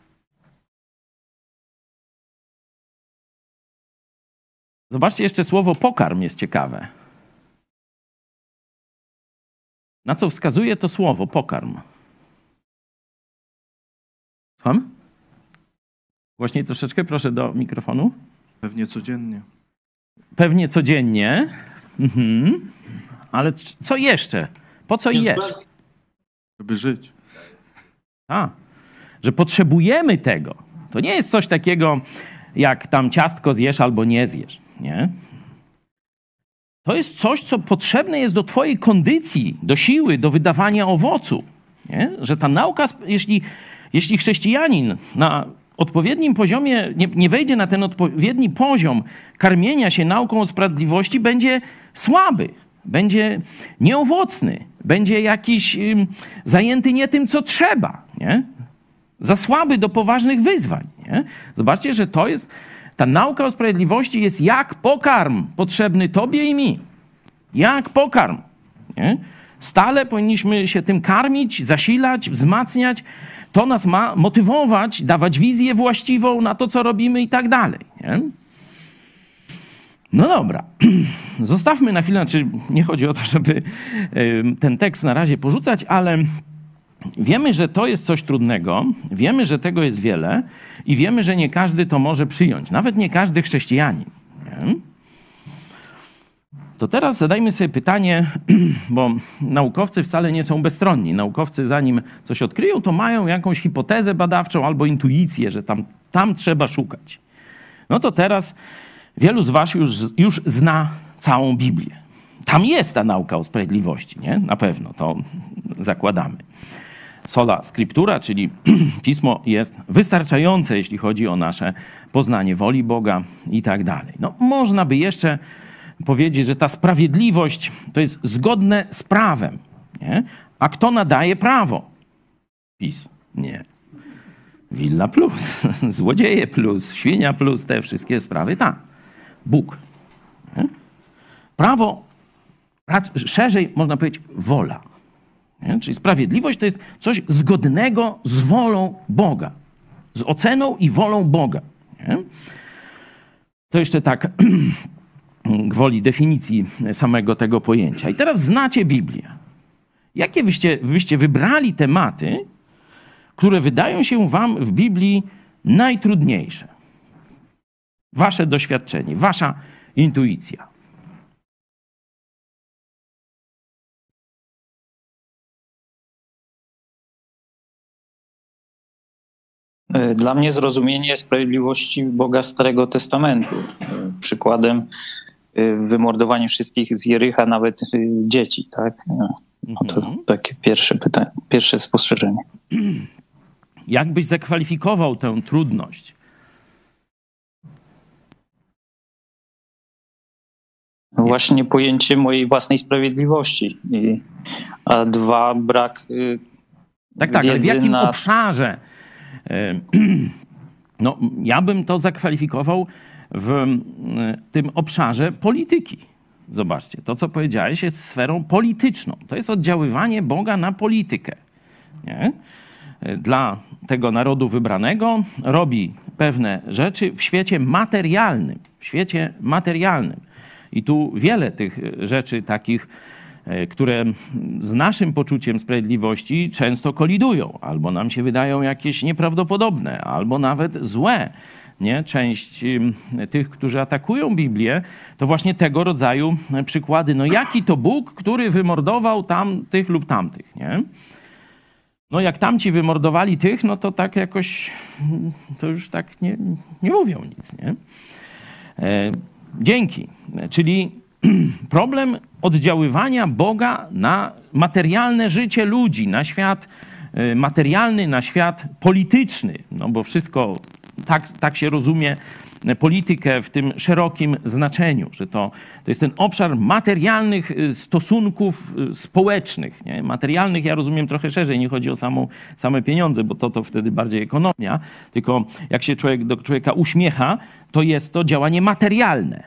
Speaker 1: Zobaczcie, jeszcze słowo pokarm jest ciekawe. Na co wskazuje to słowo pokarm? Słucham? Głośniej troszeczkę, proszę do mikrofonu.
Speaker 3: Pewnie codziennie.
Speaker 1: Pewnie codziennie. Ale co jeszcze? Po co jesz?
Speaker 3: Żeby żyć.
Speaker 1: Że potrzebujemy tego. To nie jest coś takiego, jak tam ciastko zjesz albo nie zjesz. Nie? To jest coś, co potrzebne jest do twojej kondycji, do siły, do wydawania owocu. Nie? Że ta nauka, jeśli chrześcijanin na odpowiednim poziomie nie wejdzie na ten odpowiedni poziom karmienia się nauką o sprawiedliwości, będzie słaby, będzie nieowocny, będzie jakiś zajęty nie tym, co trzeba. Nie? Za słaby do poważnych wyzwań. Nie? Zobaczcie, że ta nauka o sprawiedliwości jest jak pokarm potrzebny tobie i mi. Jak pokarm. Nie? Stale powinniśmy się tym karmić, zasilać, wzmacniać. To nas ma motywować, dawać wizję właściwą na to, co robimy i tak dalej. Nie? No dobra. Zostawmy na chwilę, znaczy nie chodzi o to, żeby ten tekst na razie porzucać, ale wiemy, że to jest coś trudnego, wiemy, że tego jest wiele i wiemy, że nie każdy to może przyjąć. Nawet nie każdy chrześcijanin. Nie? To teraz zadajmy sobie pytanie, bo naukowcy wcale nie są bezstronni. Naukowcy zanim coś odkryją, to mają jakąś hipotezę badawczą albo intuicję, że tam trzeba szukać. No to teraz wielu z was już zna całą Biblię. Tam jest ta nauka o sprawiedliwości, nie? Na pewno, to zakładamy. Sola scriptura, czyli Pismo jest wystarczające, jeśli chodzi o nasze poznanie woli Boga i tak dalej. No, można by jeszcze powiedzieć, że ta sprawiedliwość to jest zgodne z prawem. Nie? A kto nadaje prawo? PiS. Nie. Willa plus, złodzieje plus, świnia plus, te wszystkie sprawy, tak. Bóg. Nie? Prawo, szerzej można powiedzieć wola. Nie? Czyli sprawiedliwość to jest coś zgodnego z wolą Boga. Z oceną i wolą Boga. Nie? To jeszcze tak gwoli definicji samego tego pojęcia. I teraz znacie Biblię. Jakie byście wybrali tematy, które wydają się wam w Biblii najtrudniejsze? Wasze doświadczenie, wasza intuicja.
Speaker 7: Dla mnie zrozumienie sprawiedliwości Boga Starego Testamentu. Przykładem wymordowanie wszystkich z Jericha, nawet dzieci, tak? No to takie pierwsze pytanie, pierwsze spostrzeżenie.
Speaker 1: Jak byś zakwalifikował tę trudność?
Speaker 7: Właśnie pojęcie mojej własnej sprawiedliwości. A dwa, brak
Speaker 1: tak, ale w jakim obszarze? No, ja bym to zakwalifikował w tym obszarze polityki. Zobaczcie, to co powiedziałeś jest sferą polityczną. To jest oddziaływanie Boga na politykę. Nie? Dla tego narodu wybranego robi pewne rzeczy w świecie materialnym. W świecie materialnym. I tu wiele tych rzeczy takich, które z naszym poczuciem sprawiedliwości często kolidują, albo nam się wydają jakieś nieprawdopodobne, albo nawet złe. Nie? Część tych, którzy atakują Biblię, to właśnie tego rodzaju przykłady. No jaki to Bóg, który wymordował tych lub tamtych, nie? No jak tamci wymordowali tych, no to tak jakoś, to już tak nie mówią nic, nie? Dzięki. Czyli problem oddziaływania Boga na materialne życie ludzi, na świat materialny, na świat polityczny. No bo wszystko, tak się rozumie politykę w tym szerokim znaczeniu, że to jest ten obszar materialnych stosunków społecznych. Nie? Materialnych ja rozumiem trochę szerzej, nie chodzi o same pieniądze, bo to wtedy bardziej ekonomia, tylko jak się człowiek do człowieka uśmiecha, to jest to działanie materialne,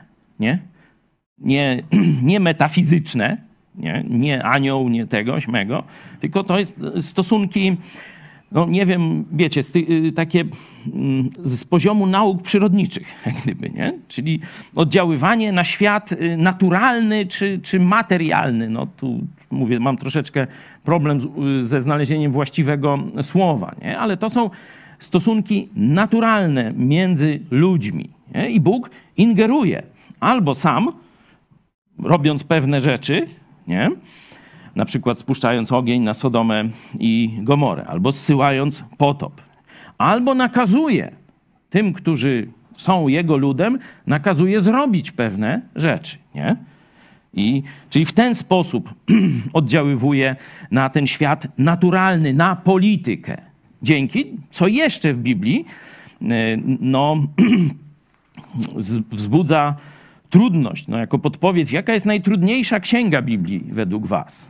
Speaker 1: nie metafizyczne, nie anioł, nie tego, śmego, tylko to jest stosunki, no nie wiem, wiecie, takie z poziomu nauk przyrodniczych, jak gdyby, nie? Czyli oddziaływanie na świat naturalny czy materialny. No tu mówię, mam troszeczkę problem ze znalezieniem właściwego słowa, nie? Ale to są stosunki naturalne między ludźmi. Nie? I Bóg ingeruje albo sam, robiąc pewne rzeczy, nie? Na przykład spuszczając ogień na Sodomę i Gomorę, albo zsyłając potop, albo nakazuje tym, którzy są Jego ludem, nakazuje zrobić pewne rzeczy, nie? Czyli w ten sposób oddziaływuje na ten świat naturalny, na politykę. Dzięki, co jeszcze w Biblii, wzbudza trudność. Jako podpowiedź, jaka jest najtrudniejsza księga Biblii według was?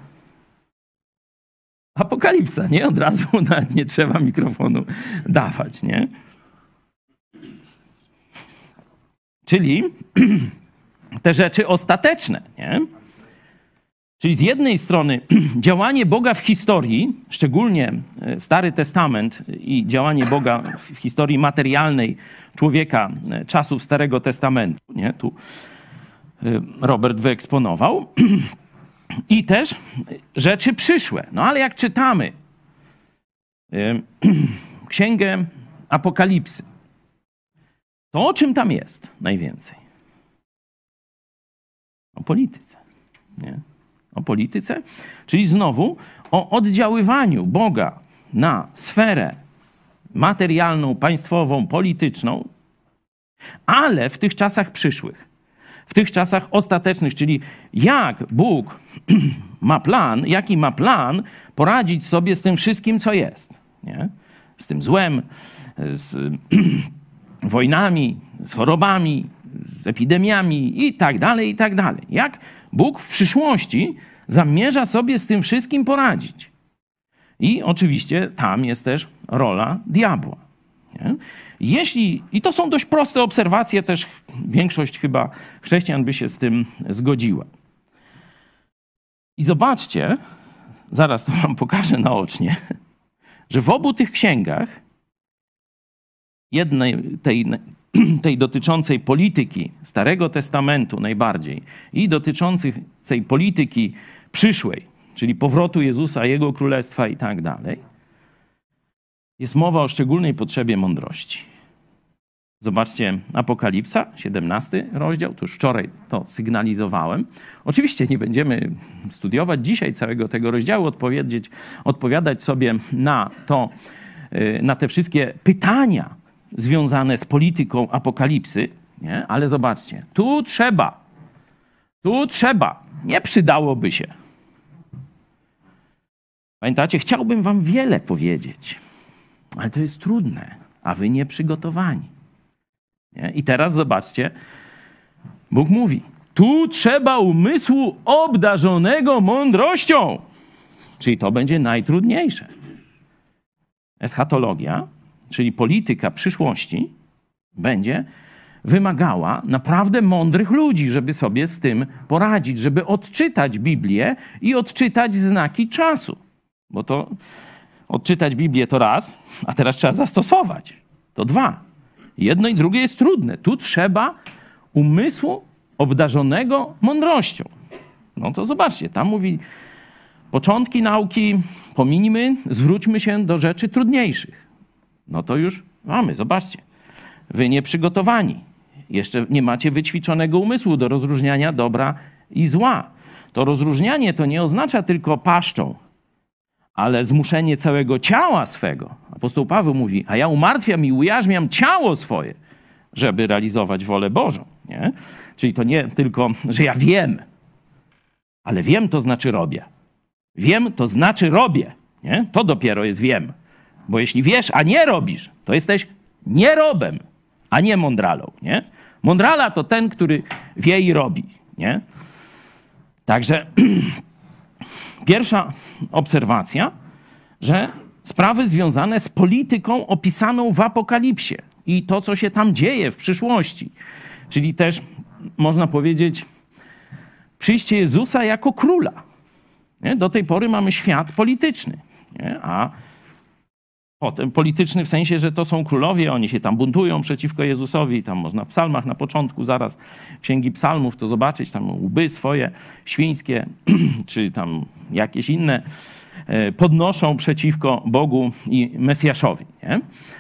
Speaker 1: Apokalipsa, nie? Od razu nawet nie trzeba mikrofonu dawać, nie? Czyli te rzeczy ostateczne, nie? Czyli z jednej strony działanie Boga w historii, szczególnie Stary Testament i działanie Boga w historii materialnej człowieka czasów Starego Testamentu, nie? Tu Robert wyeksponował. I też rzeczy przyszłe. Ale jak czytamy Księgę Apokalipsy, to o czym tam jest najwięcej? O polityce. Nie? O polityce, czyli znowu o oddziaływaniu Boga na sferę materialną, państwową, polityczną, ale w tych czasach przyszłych, w tych czasach ostatecznych, czyli jak Bóg ma plan, jaki ma plan poradzić sobie z tym wszystkim, co jest. Nie? Z tym złem, z wojnami, z chorobami, z epidemiami i tak dalej, i tak dalej. Jak Bóg w przyszłości zamierza sobie z tym wszystkim poradzić. I oczywiście tam jest też rola diabła. Nie? I to są dość proste obserwacje, też większość chyba chrześcijan by się z tym zgodziła. I zobaczcie, zaraz to wam pokażę naocznie, że w obu tych księgach, jednej tej dotyczącej polityki Starego Testamentu najbardziej i dotyczącej polityki przyszłej, czyli powrotu Jezusa, Jego Królestwa i tak dalej, jest mowa o szczególnej potrzebie mądrości. Zobaczcie, Apokalipsa, 17 rozdział, to już wczoraj to sygnalizowałem. Oczywiście nie będziemy studiować dzisiaj całego tego rozdziału, odpowiadać sobie na te wszystkie pytania związane z polityką Apokalipsy, nie? Ale zobaczcie, tu trzeba, nie przydałoby się. Pamiętacie, chciałbym wam wiele powiedzieć, ale to jest trudne, a wy nie przygotowani. Nie? I teraz zobaczcie, Bóg mówi, tu trzeba umysłu obdarzonego mądrością. Czyli to będzie najtrudniejsze. Eschatologia, czyli polityka przyszłości, będzie wymagała naprawdę mądrych ludzi, żeby sobie z tym poradzić, żeby odczytać Biblię i odczytać znaki czasu. Bo to odczytać Biblię to raz, a teraz trzeba zastosować. To dwa. Jedno i drugie jest trudne. Tu trzeba umysłu obdarzonego mądrością. No to zobaczcie, tam mówi początki nauki pominijmy, zwróćmy się do rzeczy trudniejszych. No to już mamy, zobaczcie. Wy nieprzygotowani. Jeszcze nie macie wyćwiczonego umysłu do rozróżniania dobra i zła. To rozróżnianie to nie oznacza tylko paszczą, ale zmuszenie całego ciała swego. Apostoł Paweł mówi, a ja umartwiam i ujarzmiam ciało swoje, żeby realizować wolę Bożą. Nie? Czyli to nie tylko, że ja wiem, ale wiem to znaczy robię. Wiem to znaczy robię. Nie? To dopiero jest wiem. Bo jeśli wiesz, a nie robisz, to jesteś nierobem, a nie mądralą. Nie? Mądrala to ten, który wie i robi. Nie? Także pierwsza obserwacja, że sprawy związane z polityką opisaną w Apokalipsie i to, co się tam dzieje w przyszłości. Czyli też, można powiedzieć, przyjście Jezusa jako króla. Nie? Do tej pory mamy świat polityczny, nie? A potem polityczny w sensie, że to są królowie, oni się tam buntują przeciwko Jezusowi. Tam można w psalmach na początku zaraz Księgi Psalmów to zobaczyć, tam łby swoje świńskie, czy tam jakieś inne podnoszą przeciwko Bogu i Mesjaszowi. Nie?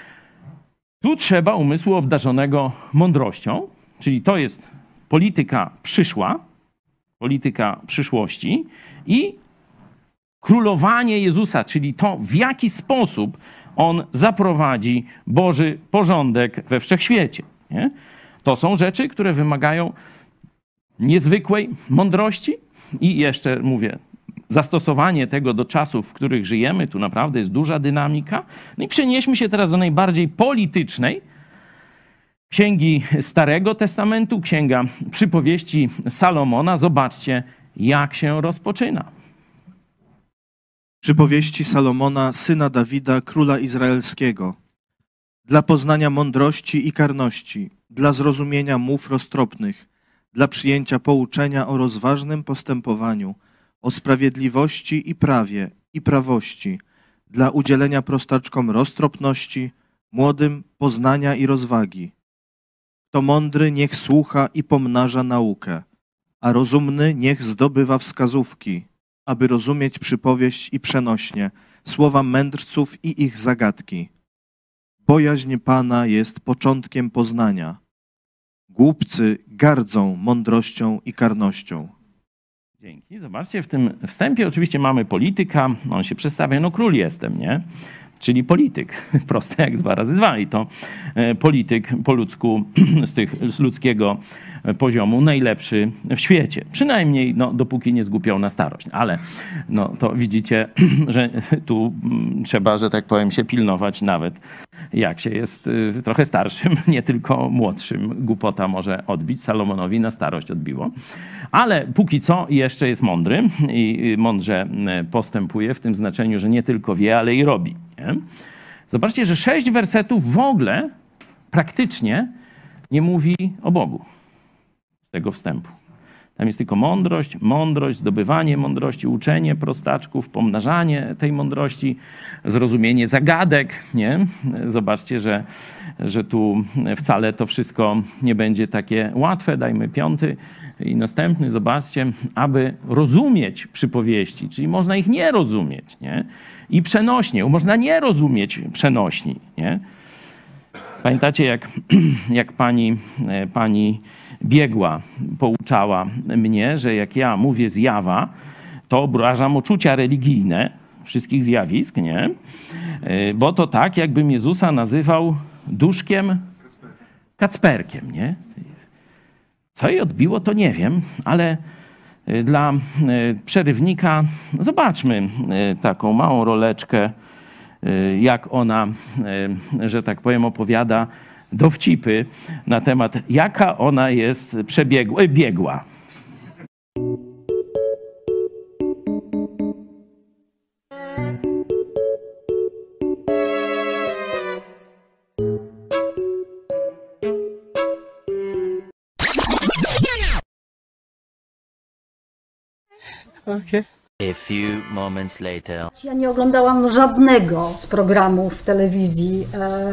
Speaker 1: Tu trzeba umysłu obdarzonego mądrością, czyli to jest polityka przyszła, polityka przyszłości i królowanie Jezusa, czyli to, w jaki sposób On zaprowadzi Boży porządek we wszechświecie. Nie? To są rzeczy, które wymagają niezwykłej mądrości i jeszcze mówię, zastosowanie tego do czasów, w których żyjemy, tu naprawdę jest duża dynamika. No i przenieśmy się teraz do najbardziej politycznej księgi Starego Testamentu, księga Przypowieści Salomona. Zobaczcie, jak się rozpoczyna.
Speaker 3: Przypowieści Salomona, syna Dawida, króla izraelskiego. Dla poznania mądrości i karności, dla zrozumienia mów roztropnych, dla przyjęcia pouczenia o rozważnym postępowaniu, o sprawiedliwości i prawie i prawości, dla udzielenia prostaczkom roztropności, młodym poznania i rozwagi. Kto mądry, niech słucha i pomnaża naukę, a rozumny niech zdobywa wskazówki, aby rozumieć przypowieść i przenośnie, słowa mędrców i ich zagadki. Bojaźń Pana jest początkiem poznania. Głupcy gardzą mądrością i karnością.
Speaker 1: Dzięki. Zobaczcie, w tym wstępie oczywiście mamy polityka. On się przedstawia, no król jestem, nie? Czyli polityk. Proste jak 2 razy 2. I to polityk po ludzku, z ludzkiego poziomu najlepszy w świecie. Przynajmniej no, dopóki nie zgłupiał na starość. Ale no, to widzicie, że tu trzeba, że tak powiem, się pilnować nawet jak się jest trochę starszym, nie tylko młodszym. Głupota może odbić. Salomonowi na starość odbiło. Ale póki co jeszcze jest mądry i mądrze postępuje w tym znaczeniu, że nie tylko wie, ale i robi. Nie? Zobaczcie, że 6 wersetów w ogóle praktycznie nie mówi o Bogu z tego wstępu. Tam jest tylko mądrość, zdobywanie mądrości, uczenie prostaczków, pomnażanie tej mądrości, zrozumienie zagadek. Nie? Zobaczcie, że tu wcale to wszystko nie będzie takie łatwe. Dajmy 5 i następny. Zobaczcie, aby rozumieć przypowieści, czyli można ich nie rozumieć. Nie? I przenośnie, można nie rozumieć przenośni. Nie? Pamiętacie, jak pani Biegła pouczała mnie, że jak ja mówię zjawa, to obrażam uczucia religijne wszystkich zjawisk, nie? Bo to tak, jakbym Jezusa nazywał duszkiem Kacperkiem, nie? Co jej odbiło, to nie wiem, ale dla przerywnika zobaczmy taką małą roleczkę, jak ona, że tak powiem, opowiada dowcipy na temat, jaka ona jest biegła.
Speaker 8: Okay.
Speaker 9: A few moments later.
Speaker 10: Ja nie oglądałam żadnego z programów telewizji,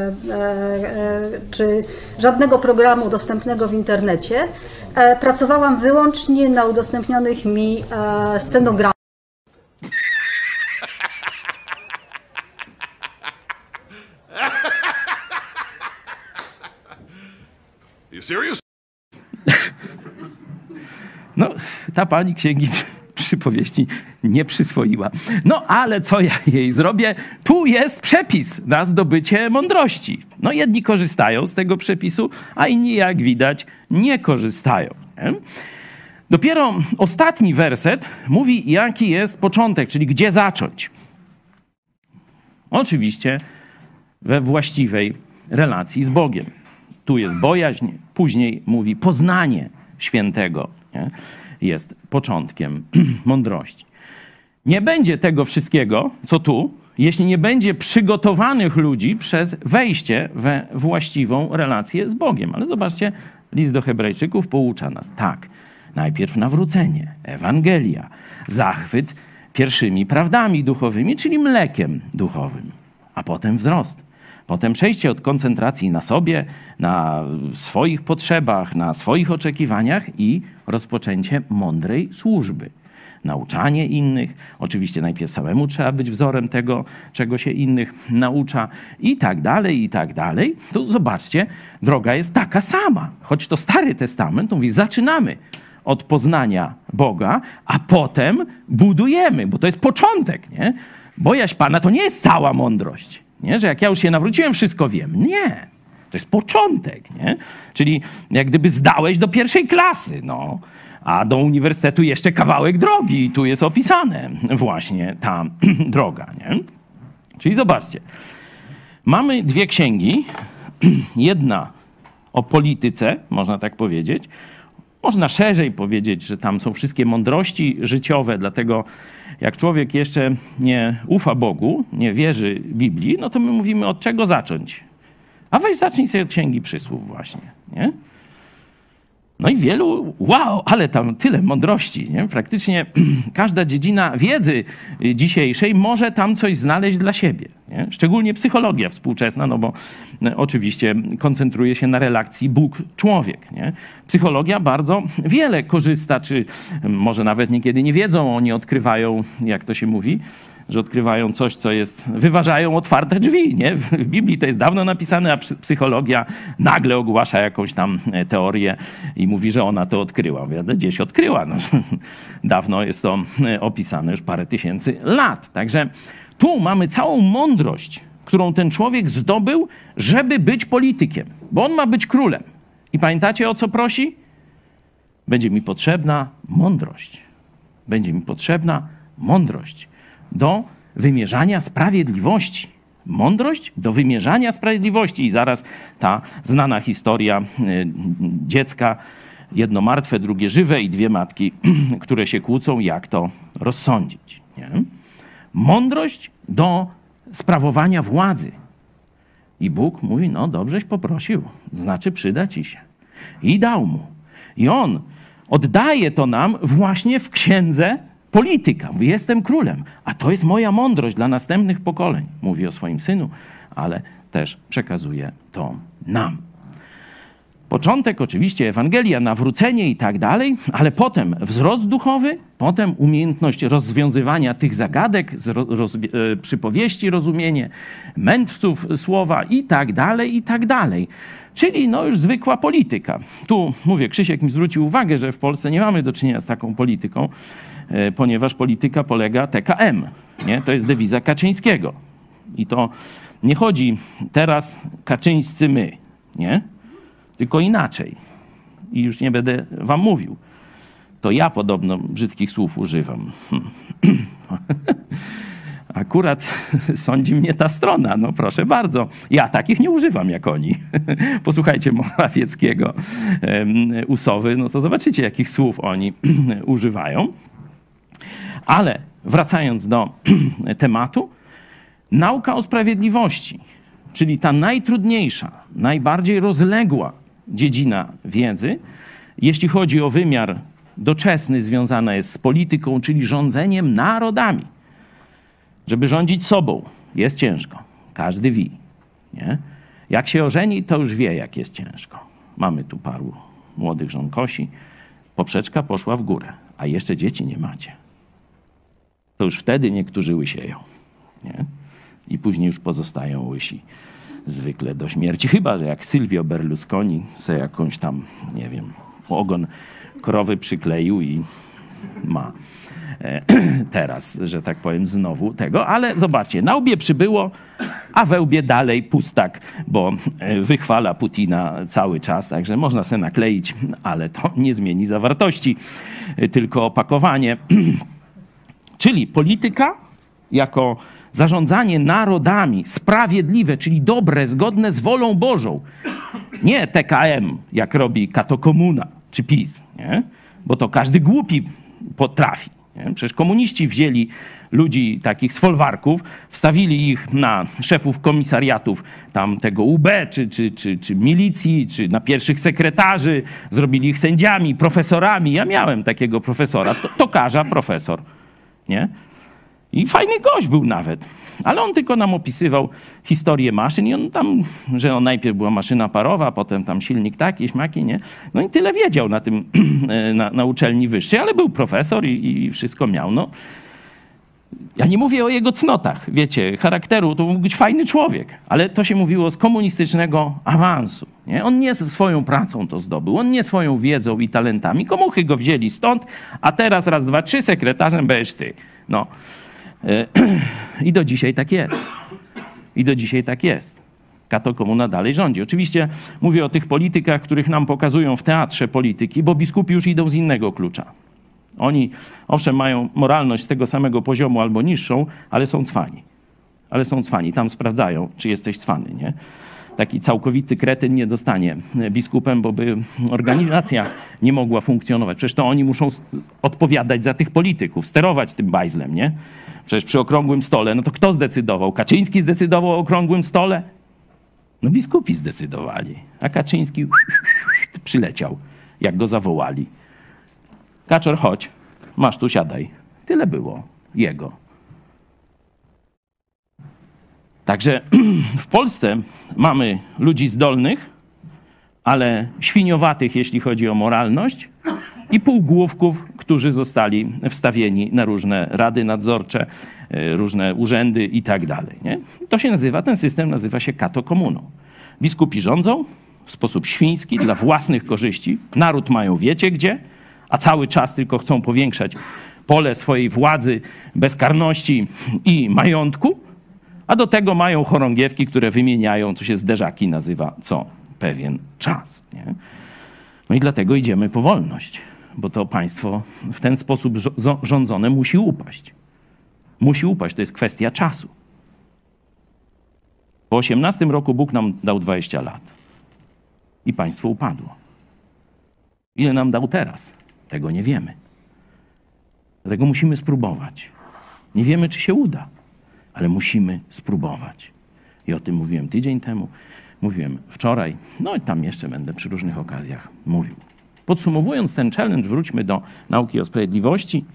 Speaker 10: czy żadnego programu dostępnego w internecie. Pracowałam wyłącznie na udostępnionych mi stenogramach.
Speaker 11: You serious?
Speaker 1: No, ta pani księgi przypowieści nie przyswoiła. No, ale co ja jej zrobię? Tu jest przepis na zdobycie mądrości. No, jedni korzystają z tego przepisu, a inni, jak widać, nie korzystają. Nie? Dopiero ostatni werset mówi, jaki jest początek, czyli gdzie zacząć. Oczywiście we właściwej relacji z Bogiem. Tu jest bojaźń, później mówi poznanie świętego. Nie? Jest początkiem mądrości. Nie będzie tego wszystkiego, co tu, jeśli nie będzie przygotowanych ludzi przez wejście we właściwą relację z Bogiem. Ale zobaczcie, list do Hebrajczyków poucza nas. Tak, najpierw nawrócenie, Ewangelia, zachwyt pierwszymi prawdami duchowymi, czyli mlekiem duchowym, a potem wzrost. Potem przejście od koncentracji na sobie, na swoich potrzebach, na swoich oczekiwaniach i rozpoczęcie mądrej służby. Nauczanie innych. Oczywiście najpierw samemu trzeba być wzorem tego, czego się innych naucza i tak dalej, i tak dalej. To zobaczcie, droga jest taka sama. Choć to Stary Testament, to mówi, zaczynamy od poznania Boga, a potem budujemy, bo to jest początek, nie? Bojaźń Pana to nie jest cała mądrość. Nie? Że jak ja już się nawróciłem, wszystko wiem. Nie. To jest początek. Nie? Czyli jak gdyby zdałeś do 1. klasy. No. A do uniwersytetu jeszcze kawałek drogi i tu jest opisane właśnie ta droga, nie? Czyli zobaczcie, mamy dwie księgi, jedna o polityce, można tak powiedzieć. Można szerzej powiedzieć, że tam są wszystkie mądrości życiowe, dlatego jak człowiek jeszcze nie ufa Bogu, nie wierzy Biblii, no to my mówimy, od czego zacząć. A weź zacznij sobie od Księgi Przysłów właśnie, nie? No i wielu, wow, ale tam tyle mądrości, nie? Praktycznie każda dziedzina wiedzy dzisiejszej może tam coś znaleźć dla siebie, nie? Szczególnie psychologia współczesna, no bo oczywiście koncentruje się na relacji Bóg-człowiek, nie? Psychologia bardzo wiele korzysta, czy może nawet niekiedy nie wiedzą, oni odkrywają, jak to się mówi, że odkrywają coś, co jest, wyważają otwarte drzwi, nie? W Biblii to jest dawno napisane, a psychologia nagle ogłasza jakąś tam teorię i mówi, że ona to odkryła. Gdzieś odkryła. No. Dawno jest to opisane, już parę tysięcy lat. Także tu mamy całą mądrość, którą ten człowiek zdobył, żeby być politykiem, bo on ma być królem. I pamiętacie, o co prosi? Będzie mi potrzebna mądrość. Będzie mi potrzebna mądrość do wymierzania sprawiedliwości. Mądrość do wymierzania sprawiedliwości. I zaraz ta znana historia dziecka, jedno martwe, drugie żywe i dwie matki, które się kłócą, jak to rozsądzić. Nie? Mądrość do sprawowania władzy. I Bóg mówi, no dobrześ poprosił, znaczy przyda ci się. I dał mu. I on oddaje to nam właśnie w księdze polityka. Mówi, jestem królem, a to jest moja mądrość dla następnych pokoleń. Mówi o swoim synu, ale też przekazuje to nam. Początek oczywiście Ewangelia, nawrócenie i tak dalej, ale potem wzrost duchowy, potem umiejętność rozwiązywania tych zagadek, przypowieści rozumienie, mędrców słowa i tak dalej, i tak dalej. Czyli no już zwykła polityka. Tu mówię, Krzysiek mi zwrócił uwagę, że w Polsce nie mamy do czynienia z taką polityką, ponieważ polityka polega TKM. Nie? To jest dewiza Kaczyńskiego. I to nie chodzi teraz kaczyńscy my, nie? Tylko inaczej. I już nie będę wam mówił. To ja podobno brzydkich słów używam. Akurat sądzi mnie ta strona. No proszę bardzo. Ja takich nie używam jak oni. Posłuchajcie Morawieckiego, Usowy, no to zobaczycie, jakich słów oni używają. Ale wracając do tematu, nauka o sprawiedliwości, czyli ta najtrudniejsza, najbardziej rozległa dziedzina wiedzy, jeśli chodzi o wymiar doczesny, związana jest z polityką, czyli rządzeniem narodami. Żeby rządzić sobą, jest ciężko. Każdy wie. Nie? Jak się ożeni, to już wie, jak jest ciężko. Mamy tu paru młodych żonkosi. Poprzeczka poszła w górę, a jeszcze dzieci nie macie. To już wtedy niektórzy łysieją. Nie? I później już pozostają łysi zwykle do śmierci. Chyba że jak Silvio Berlusconi se jakąś tam, nie wiem, ogon krowy przykleił i ma teraz, że tak powiem, znowu tego. Ale zobaczcie, na łbie przybyło, a we łbie dalej pustak, bo wychwala Putina cały czas. Także można se nakleić, ale to nie zmieni zawartości, tylko opakowanie. Czyli polityka jako zarządzanie narodami sprawiedliwe, czyli dobre, zgodne z wolą Bożą. Nie TKM, jak robi Kato Komuna czy PiS, nie? Bo to każdy głupi potrafi. Nie? Przecież komuniści wzięli ludzi takich z folwarków, wstawili ich na szefów komisariatów tam tego UB, czy milicji, czy na pierwszych sekretarzy, zrobili ich sędziami, profesorami. Ja miałem takiego profesora, tokarza profesor, nie? I fajny gość był nawet. Ale on tylko nam opisywał historię maszyn i on tam, że najpierw była maszyna parowa, potem tam silnik taki, śmaki, nie? No i tyle wiedział na tym, na uczelni wyższej, ale był profesor i wszystko miał. No. Ja nie mówię o jego cnotach, wiecie, charakteru, to mógł być fajny człowiek, ale to się mówiło z komunistycznego awansu. Nie? On nie swoją pracą to zdobył, on nie swoją wiedzą i talentami. Komuchy go wzięli stąd, a teraz raz, dwa, trzy, sekretarzem będziesz ty. No. I do dzisiaj tak jest. I do dzisiaj tak jest. Katokomuna dalej rządzi. Oczywiście mówię o tych politykach, których nam pokazują w teatrze polityki, bo biskupi już idą z innego klucza. Oni, owszem, mają moralność z tego samego poziomu albo niższą, ale są cwani. Ale są cwani. Tam sprawdzają, czy jesteś cwany, nie? Taki całkowity kretyn nie dostanie biskupem, bo by organizacja nie mogła funkcjonować. Przecież to oni muszą odpowiadać za tych polityków, sterować tym bajzlem, nie? Przecież przy okrągłym stole, no to kto zdecydował? Kaczyński zdecydował o okrągłym stole? No biskupi zdecydowali, a Kaczyński przyleciał, jak go zawołali. Kaczor, chodź, masz tu, siadaj. Tyle było jego. Także w Polsce mamy ludzi zdolnych, ale świniowatych, jeśli chodzi o moralność, i półgłówków, którzy zostali wstawieni na różne rady nadzorcze, różne urzędy i tak dalej. Nie? Ten system nazywa się katokomuną. Biskupi rządzą w sposób świński, dla własnych korzyści. Naród mają wiecie gdzie, a cały czas tylko chcą powiększać pole swojej władzy, bezkarności i majątku, a do tego mają chorągiewki, które wymieniają, co się zderzaki nazywa, co pewien czas. Nie? No i dlatego idziemy po wolność, bo to państwo w ten sposób rządzone musi upaść. Musi upaść, to jest kwestia czasu. Po 18 roku Bóg nam dał 20 lat i państwo upadło. Ile nam dał teraz? Tego nie wiemy. Dlatego musimy spróbować. Nie wiemy, czy się uda, ale musimy spróbować. I o tym mówiłem tydzień temu, mówiłem wczoraj, no i tam jeszcze będę przy różnych okazjach mówił. Podsumowując ten challenge, wróćmy do nauki o sprawiedliwości.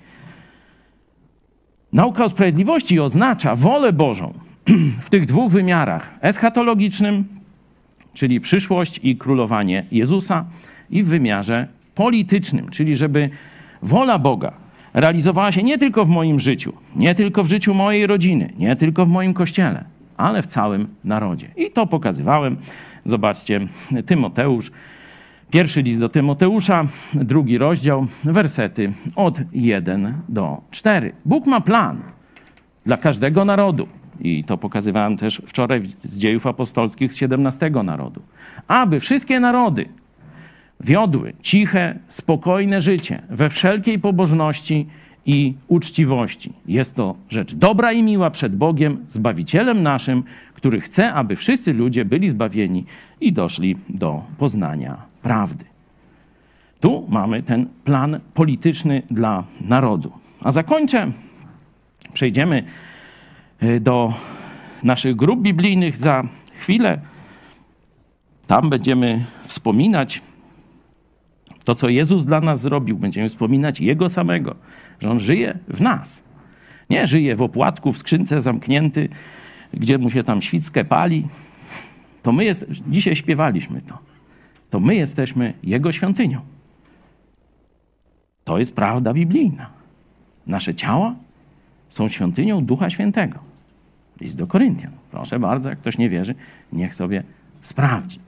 Speaker 1: Nauka o sprawiedliwości oznacza wolę Bożą w tych dwóch wymiarach. Eschatologicznym, czyli przyszłość i królowanie Jezusa, i w wymiarze politycznym, czyli żeby wola Boga realizowała się nie tylko w moim życiu, nie tylko w życiu mojej rodziny, nie tylko w moim kościele, ale w całym narodzie. I to pokazywałem. Zobaczcie, Tymoteusz, pierwszy list do Tymoteusza, 2 rozdział, wersety od 1 do 4. Bóg ma plan dla każdego narodu. I to pokazywałem też wczoraj z Dziejów Apostolskich z 17 narodu. Aby wszystkie narody wiodły ciche, spokojne życie we wszelkiej pobożności i uczciwości. Jest to rzecz dobra i miła przed Bogiem, Zbawicielem naszym, który chce, aby wszyscy ludzie byli zbawieni i doszli do poznania prawdy. Tu mamy ten plan polityczny dla narodu. A zakończę, przejdziemy do naszych grup biblijnych za chwilę. Tam będziemy wspominać to, co Jezus dla nas zrobił. Będziemy wspominać Jego samego, że On żyje w nas. Nie żyje w opłatku, w skrzynce zamknięty, gdzie mu się tam świeckę pali. To my dzisiaj śpiewaliśmy to. To my jesteśmy Jego świątynią. To jest prawda biblijna. Nasze ciała są świątynią Ducha Świętego. List do Koryntian. Proszę bardzo, jak ktoś nie wierzy, niech sobie sprawdzi.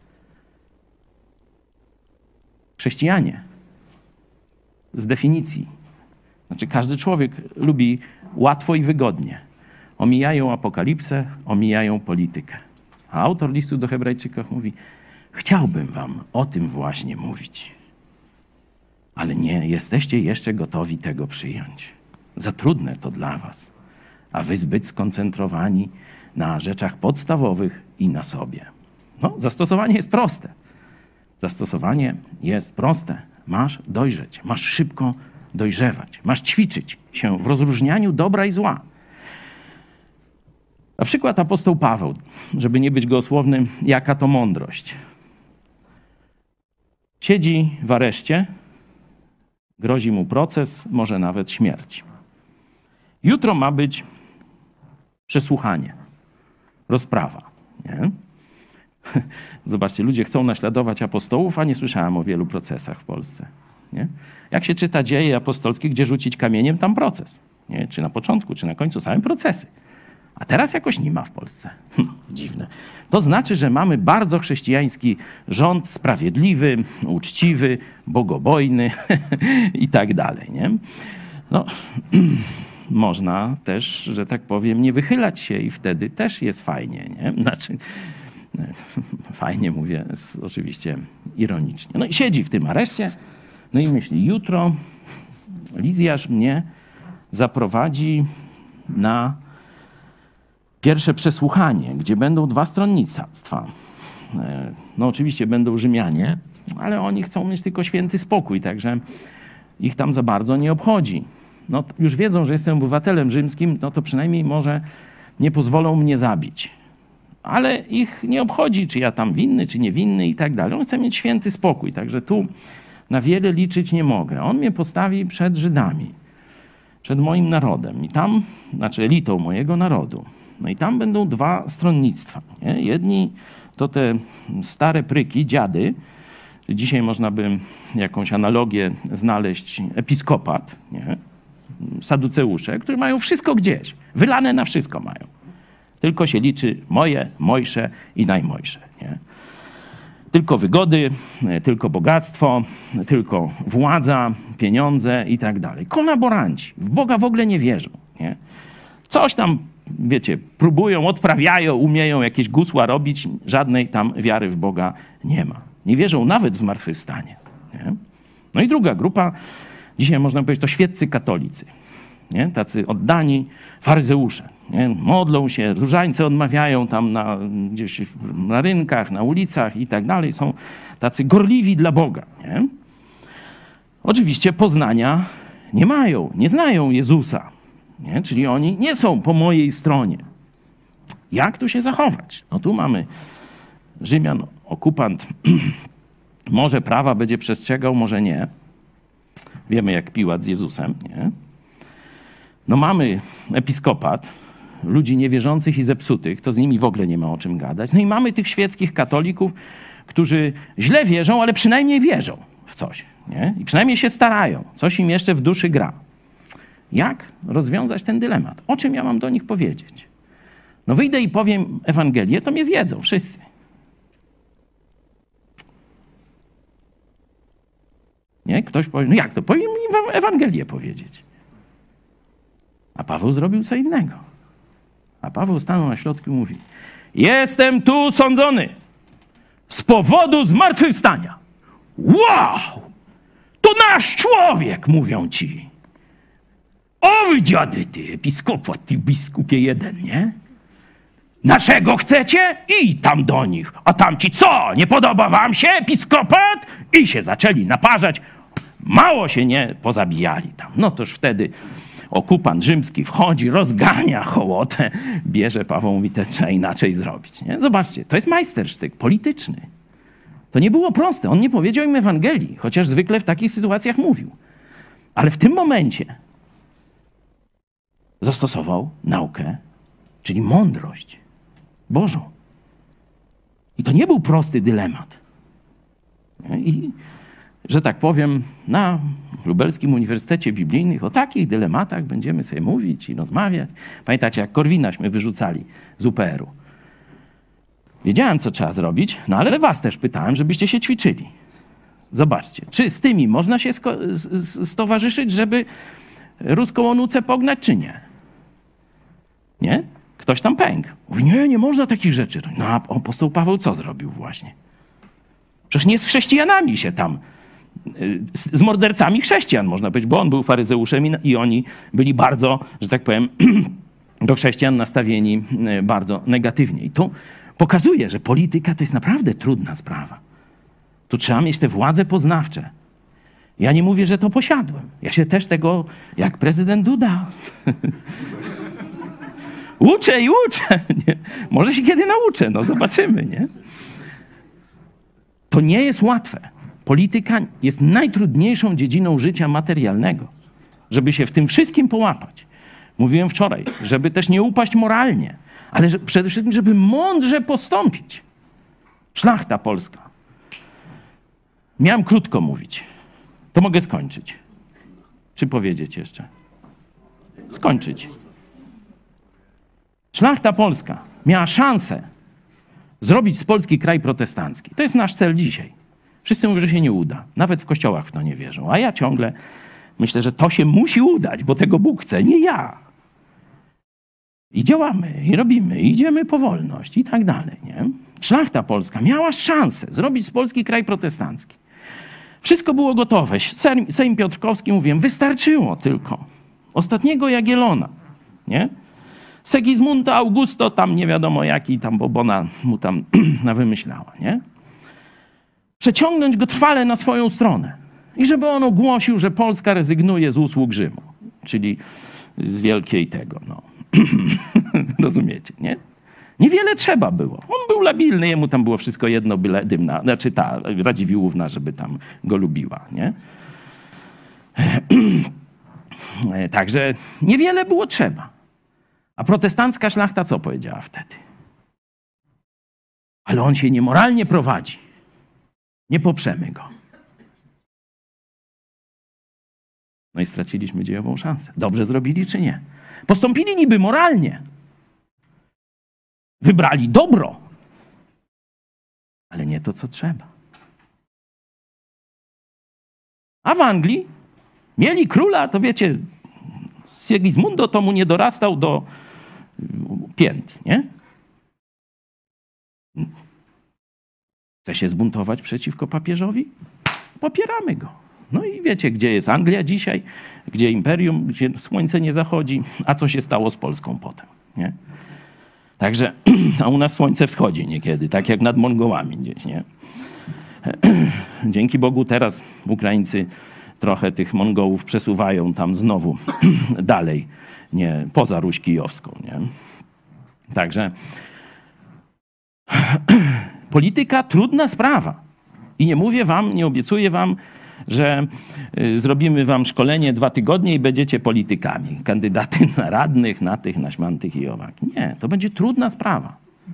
Speaker 1: Chrześcijanie z definicji, znaczy każdy człowiek lubi łatwo i wygodnie. Omijają apokalipsę, omijają politykę. A autor listu do Hebrajczyków mówi, chciałbym wam o tym właśnie mówić, ale nie jesteście jeszcze gotowi tego przyjąć. Za trudne to dla was, a wy zbyt skoncentrowani na rzeczach podstawowych i na sobie. No, zastosowanie jest proste. Zastosowanie jest proste. Masz dojrzeć, masz szybko dojrzewać, masz ćwiczyć się w rozróżnianiu dobra i zła. Na przykład apostoł Paweł, żeby nie być gołosłownym, jaka to mądrość. Siedzi w areszcie, grozi mu proces, może nawet śmierć. Jutro ma być przesłuchanie, rozprawa. Nie? Zobaczcie, ludzie chcą naśladować apostołów, a nie słyszałem o wielu procesach w Polsce. Nie? Jak się czyta Dzieje apostolskie, gdzie rzucić kamieniem, tam proces. Nie? Czy na początku, czy na końcu, same procesy. A teraz jakoś nie ma w Polsce. Dziwne. To znaczy, że mamy bardzo chrześcijański rząd, sprawiedliwy, uczciwy, bogobojny i tak dalej. Nie? No, można też, że tak powiem, nie wychylać się i wtedy też jest fajnie. Nie? Znaczy, Fajnie mówię, oczywiście ironicznie. No i siedzi w tym areszcie, no i myśli, jutro Lizjasz mnie zaprowadzi na pierwsze przesłuchanie, gdzie będą 2 stronnictwa. No oczywiście będą Rzymianie, ale oni chcą mieć tylko święty spokój, także ich tam za bardzo nie obchodzi. No już wiedzą, że jestem obywatelem rzymskim, no to przynajmniej może nie pozwolą mnie zabić. Ale ich nie obchodzi, czy ja tam winny, czy niewinny i tak dalej. On chce mieć święty spokój, także tu na wiele liczyć nie mogę. On mnie postawi przed Żydami, przed moim narodem i tam, znaczy elitą mojego narodu. No i tam będą 2 stronnictwa. Nie? Jedni to te stare pryki, dziady. Dzisiaj można by jakąś analogię znaleźć, episkopat, nie? Saduceusze, którzy mają wszystko gdzieś, wylane na wszystko mają. Tylko się liczy moje, mojsze i najmojsze. Nie? Tylko wygody, tylko bogactwo, tylko władza, pieniądze i tak dalej. Kolaboranci, w Boga w ogóle nie wierzą. Nie? Coś tam, wiecie, próbują, odprawiają, umieją jakieś gusła robić, żadnej tam wiary w Boga nie ma. Nie wierzą nawet w zmartwychwstanie. Nie? No i druga grupa, dzisiaj można powiedzieć, to świeccy katolicy. Nie? Tacy oddani faryzeusze. Nie? Modlą się, różańce odmawiają tam gdzieś na rynkach, na ulicach i tak dalej. Są tacy gorliwi dla Boga. Nie? Oczywiście poznania nie mają, nie znają Jezusa. Nie? Czyli oni nie są po mojej stronie. Jak tu się zachować? No tu mamy Rzymian, okupant. Może prawa będzie przestrzegał, może nie. Wiemy, jak Piłat z Jezusem. Nie? No mamy episkopat, ludzi niewierzących i zepsutych, to z nimi w ogóle nie ma o czym gadać. No i mamy tych świeckich katolików, którzy źle wierzą, ale przynajmniej wierzą w coś. Nie? I przynajmniej się starają. Coś im jeszcze w duszy gra. Jak rozwiązać ten dylemat? O czym ja mam do nich powiedzieć? No wyjdę i powiem Ewangelię, to mnie zjedzą wszyscy. Nie? Ktoś powie, no jak to? Powinien mi wam Ewangelię powiedzieć. A Paweł zrobił co innego. A Paweł stanął na środku i mówi: jestem tu sądzony z powodu zmartwychwstania. Wow! To nasz człowiek, mówią ci. O wy dziady, ty episkopat, ty biskupie jeden, nie? Naszego chcecie? I tam do nich. A tamci co? Nie podoba wam się episkopat? I się zaczęli naparzać. Mało się nie pozabijali tam. No toż wtedy okupant rzymski wchodzi, rozgania hołotę, bierze Paweł, mówi, to trzeba inaczej zrobić. Nie? Zobaczcie, to jest majstersztyk polityczny. To nie było proste. On nie powiedział im Ewangelii, chociaż zwykle w takich sytuacjach mówił. Ale w tym momencie zastosował naukę, czyli mądrość Bożą. I to nie był prosty dylemat. I, że tak powiem, na Lubelskim Uniwersytecie Biblijnym o takich dylematach będziemy sobie mówić i rozmawiać. Pamiętacie, jak Korwinaśmy wyrzucali z UPR-u. Wiedziałem, co trzeba zrobić, no ale was też pytałem, żebyście się ćwiczyli. Zobaczcie, czy z tymi można się stowarzyszyć, żeby ruską onucę pognać, czy nie? Nie? Ktoś tam pękł. Mówi, nie można takich rzeczy. No a apostoł Paweł co zrobił właśnie? Przecież nie z chrześcijanami się tam, z mordercami chrześcijan, można powiedzieć, bo on był faryzeuszem i oni byli bardzo, że tak powiem, do chrześcijan nastawieni bardzo negatywnie. I to pokazuje, że polityka to jest naprawdę trudna sprawa. Tu trzeba mieć te władze poznawcze. Ja nie mówię, że to posiadłem. Ja się też tego, jak prezydent Duda, uczę i uczę. Nie? Może się kiedy nauczę, no zobaczymy, nie? To nie jest łatwe. Polityka jest najtrudniejszą dziedziną życia materialnego, żeby się w tym wszystkim połapać. Mówiłem wczoraj, żeby też nie upaść moralnie, ale przede wszystkim, żeby mądrze postąpić. Szlachta polska. Miałem krótko mówić. To mogę skończyć. Czy powiedzieć jeszcze? Skończyć. Szlachta polska miała szansę zrobić z Polski kraj protestancki. To jest nasz cel dzisiaj. Wszyscy mówią, że się nie uda. Nawet w kościołach w to nie wierzą. A ja ciągle myślę, że to się musi udać, bo tego Bóg chce, nie ja. I działamy, i robimy, i idziemy po wolność i tak dalej. Nie? szlachta polska miała szansę zrobić z Polski kraj protestancki. Wszystko było gotowe. Sejm Piotrkowski, mówiłem, wystarczyło tylko ostatniego Jagiellona, nie? Segismunda Augusto, tam nie wiadomo jaki, tam Bobona mu tam nawymyślała, nie? Przeciągnąć go trwale na swoją stronę. I żeby on ogłosił, że Polska rezygnuje z usług Rzymu, czyli z wielkiej tego, no. Rozumiecie, nie? Niewiele trzeba było. On był labilny, jemu tam było wszystko jedno, byle Dymna, znaczy ta Radziwiłłówna, żeby tam go lubiła, nie? Także niewiele było trzeba. A protestancka szlachta co powiedziała wtedy? Ale on się niemoralnie prowadzi. Nie poprzemy go. No i straciliśmy dziejową szansę. Dobrze zrobili czy nie? Postąpili niby moralnie. Wybrali dobro. Ale nie to, co trzeba. A w Anglii mieli króla, to wiecie, Sigismundo to mu nie dorastał do pięt, nie? Chce się zbuntować przeciwko papieżowi? Popieramy go. No i wiecie, gdzie jest Anglia dzisiaj, gdzie imperium, gdzie słońce nie zachodzi, a co się stało z Polską potem, nie? Także, a u nas słońce wschodzi niekiedy, tak jak nad Mongołami gdzieś, nie? Dzięki Bogu teraz Ukraińcy trochę tych Mongołów przesuwają tam znowu dalej, nie poza Ruś Kijowską, nie? Także polityka trudna sprawa. I nie mówię wam, nie obiecuję wam, że zrobimy wam szkolenie 2 tygodnie i będziecie politykami. Kandydaty na radnych, na tych, na śmantych i owaki. Nie, to będzie trudna sprawa.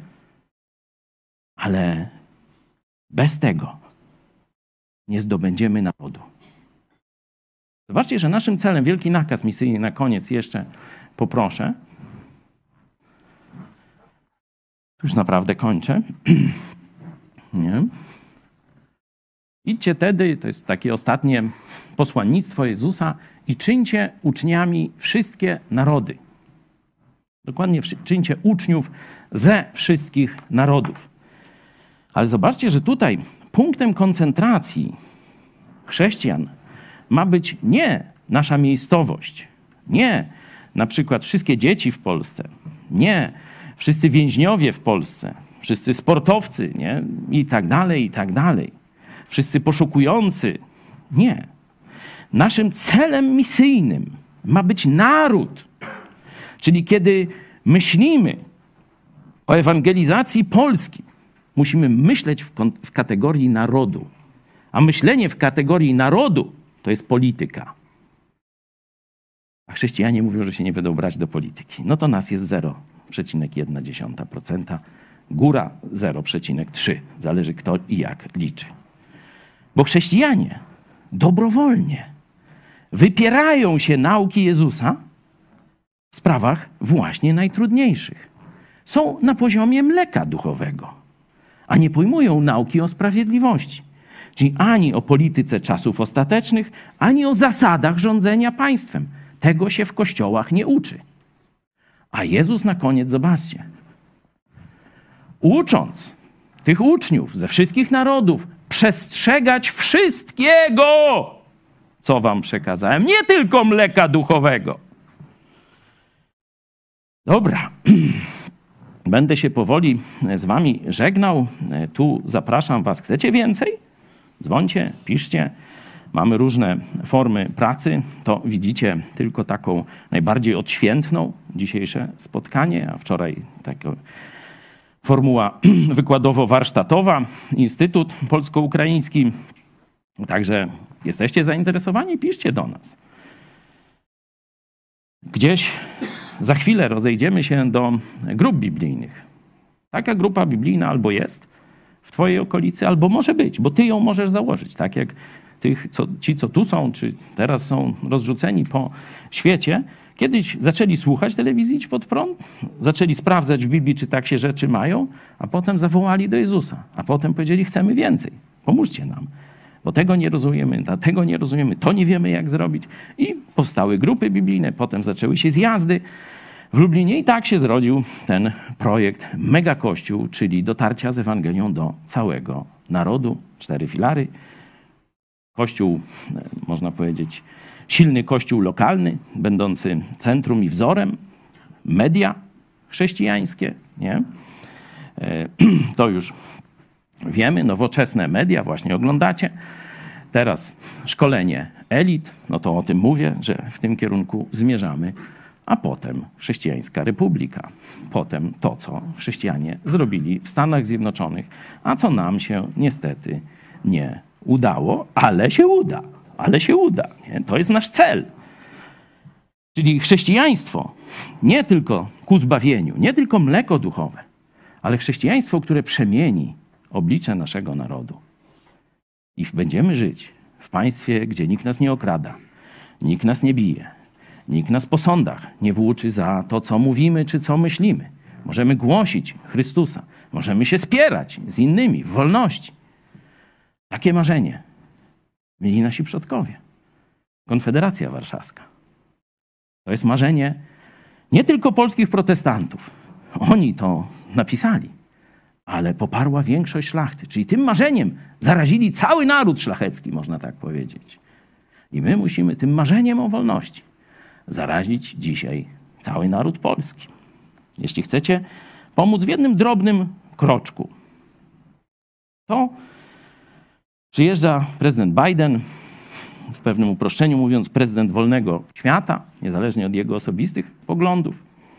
Speaker 1: Ale bez tego nie zdobędziemy narodu. Zobaczcie, że naszym celem, wielki nakaz misyjny na koniec jeszcze poproszę. Już naprawdę kończę. Nie? Idźcie tedy, to jest takie ostatnie posłannictwo Jezusa, i czyńcie uczniami wszystkie narody. Dokładnie czyńcie uczniów ze wszystkich narodów. Ale zobaczcie, że tutaj punktem koncentracji chrześcijan ma być nie nasza miejscowość, nie na przykład wszystkie dzieci w Polsce, nie wszyscy więźniowie w Polsce, wszyscy sportowcy, nie? I tak dalej, i tak dalej. Wszyscy poszukujący. Nie. Naszym celem misyjnym ma być naród. Czyli kiedy myślimy o ewangelizacji Polski, musimy myśleć w kategorii narodu. A myślenie w kategorii narodu to jest polityka. A chrześcijanie mówią, że się nie będą brać do polityki. No to nas jest 0,1%. Góra 0,3%. Zależy kto i jak liczy. Bo chrześcijanie dobrowolnie wypierają się nauki Jezusa w sprawach właśnie najtrudniejszych. Są na poziomie mleka duchowego, a nie pojmują nauki o sprawiedliwości. Czyli ani o polityce czasów ostatecznych, ani o zasadach rządzenia państwem. Tego się w kościołach nie uczy. A Jezus na koniec, zobaczcie, ucząc tych uczniów ze wszystkich narodów, przestrzegać wszystkiego, co wam przekazałem. Nie tylko mleka duchowego. Dobra. Będę się powoli z wami żegnał. Tu zapraszam was. Chcecie więcej? Dzwońcie, piszcie. Mamy różne formy pracy. To widzicie tylko taką najbardziej odświętną dzisiejsze spotkanie, a wczoraj taka formuła wykładowo-warsztatowa, Instytut Polsko-Ukraiński. Także jesteście zainteresowani? Piszcie do nas. Gdzieś za chwilę rozejdziemy się do grup biblijnych. Taka grupa biblijna albo jest w twojej okolicy, albo może być, bo ty ją możesz założyć. Tak jak ci, co tu są, czy teraz są rozrzuceni po świecie, kiedyś zaczęli słuchać telewizji Idź Pod Prąd, zaczęli sprawdzać w Biblii, czy tak się rzeczy mają, a potem zawołali do Jezusa, a potem powiedzieli, chcemy więcej, pomóżcie nam, bo tego nie rozumiemy, tego nie rozumiemy, to nie wiemy jak zrobić. I powstały grupy biblijne, potem zaczęły się zjazdy. W Lublinie i tak się zrodził ten projekt Mega Kościół, czyli dotarcia z Ewangelią do całego narodu. 4 filary. Kościół, można powiedzieć, silny kościół lokalny, będący centrum i wzorem. Media chrześcijańskie, nie? To już wiemy, nowoczesne media, właśnie oglądacie. Teraz szkolenie elit, no to o tym mówię, że w tym kierunku zmierzamy. A potem chrześcijańska republika. Potem to, co chrześcijanie zrobili w Stanach Zjednoczonych, a co nam się niestety nie udało, ale się uda. Ale się uda. Nie? To jest nasz cel. Czyli chrześcijaństwo nie tylko ku zbawieniu, nie tylko mleko duchowe, ale chrześcijaństwo, które przemieni oblicze naszego narodu. I będziemy żyć w państwie, gdzie nikt nas nie okrada, nikt nas nie bije, nikt nas po sądach nie włóczy za to, co mówimy czy co myślimy. Możemy głosić Chrystusa, możemy się spierać z innymi w wolności. Takie marzenie mieli nasi przodkowie. Konfederacja Warszawska. To jest marzenie nie tylko polskich protestantów. Oni to napisali, ale poparła większość szlachty. Czyli tym marzeniem zarazili cały naród szlachecki, można tak powiedzieć. I my musimy tym marzeniem o wolności zarazić dzisiaj cały naród polski. Jeśli chcecie pomóc w jednym drobnym kroczku, to przyjeżdża prezydent Biden, w pewnym uproszczeniu mówiąc, prezydent wolnego świata, niezależnie od jego osobistych poglądów.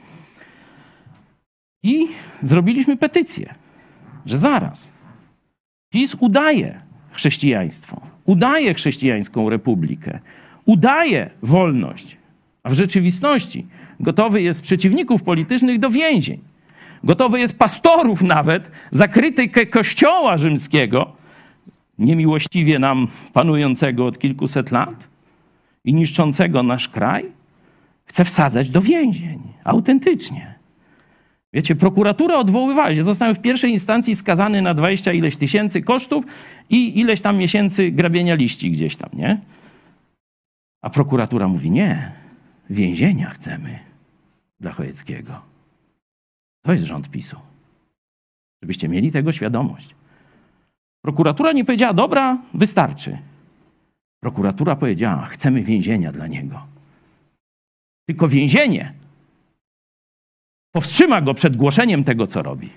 Speaker 1: I zrobiliśmy petycję, że zaraz PiS udaje chrześcijaństwo, udaje chrześcijańską republikę, udaje wolność, a w rzeczywistości gotowy jest przeciwników politycznych do więzień. Gotowy jest pastorów nawet za krytykę Kościoła rzymskiego, niemiłościwie nam panującego od kilkuset lat i niszczącego nasz kraj, chce wsadzać do więzień. Autentycznie. Wiecie, prokuratura odwoływała się. Został w pierwszej instancji skazany na 20 ileś tysięcy kosztów i ileś tam miesięcy grabienia liści gdzieś tam, nie? A prokuratura mówi, nie, więzienia chcemy dla Chojeckiego. To jest rząd PiS-u. Żebyście mieli tego świadomość. Prokuratura nie powiedziała, dobra, wystarczy. Prokuratura powiedziała, chcemy więzienia dla niego. Tylko więzienie powstrzyma go przed głoszeniem tego, co robi.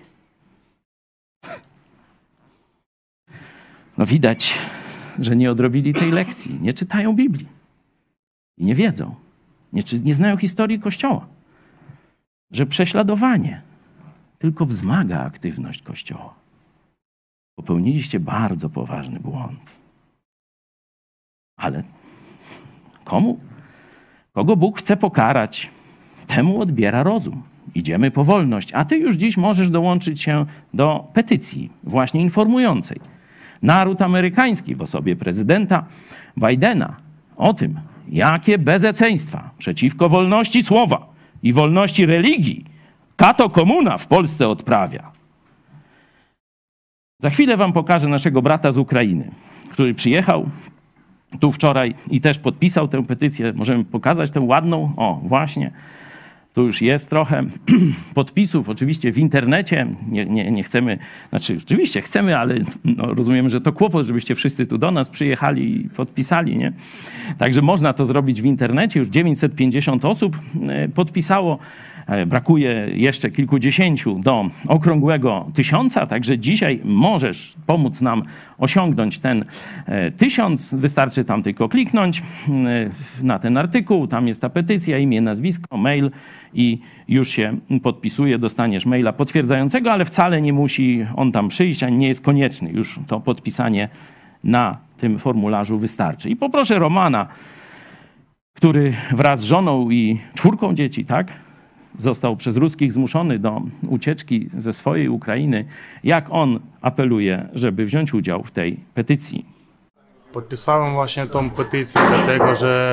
Speaker 1: No widać, że nie odrobili tej lekcji. Nie czytają Biblii. I nie wiedzą. Nie znają historii Kościoła. Że prześladowanie tylko wzmaga aktywność Kościoła. Popełniliście bardzo poważny błąd. Ale komu? Kogo Bóg chce pokarać, temu odbiera rozum. Idziemy po wolność. A ty już dziś możesz dołączyć się do petycji właśnie informującej naród amerykański w osobie prezydenta Bidena o tym, jakie bezeceństwa przeciwko wolności słowa i wolności religii kato komuna w Polsce odprawia. Za chwilę wam pokażę naszego brata z Ukrainy, który przyjechał tu wczoraj i też podpisał tę petycję. Możemy pokazać tę ładną, o właśnie, tu już jest trochę podpisów, oczywiście w internecie. Nie chcemy, znaczy oczywiście chcemy, ale no, rozumiemy, że to kłopot, żebyście wszyscy tu do nas przyjechali i podpisali, nie? Także można to zrobić w internecie. Już 950 osób podpisało. Brakuje jeszcze kilkudziesięciu do okrągłego 1000, także dzisiaj możesz pomóc nam osiągnąć ten 1000. Wystarczy tam tylko kliknąć na ten artykuł, tam jest ta petycja, imię, nazwisko, mail i już się podpisuje, dostaniesz maila potwierdzającego, ale wcale nie musi on tam przyjść, ani nie jest konieczny. Już to podpisanie na tym formularzu wystarczy. I poproszę Romana, który wraz z żoną i 4 dzieci, tak? Został przez ruskich zmuszony do ucieczki ze swojej Ukrainy. Jak on apeluje, żeby wziąć udział w tej petycji?
Speaker 12: Podpisałem właśnie tą petycję dlatego,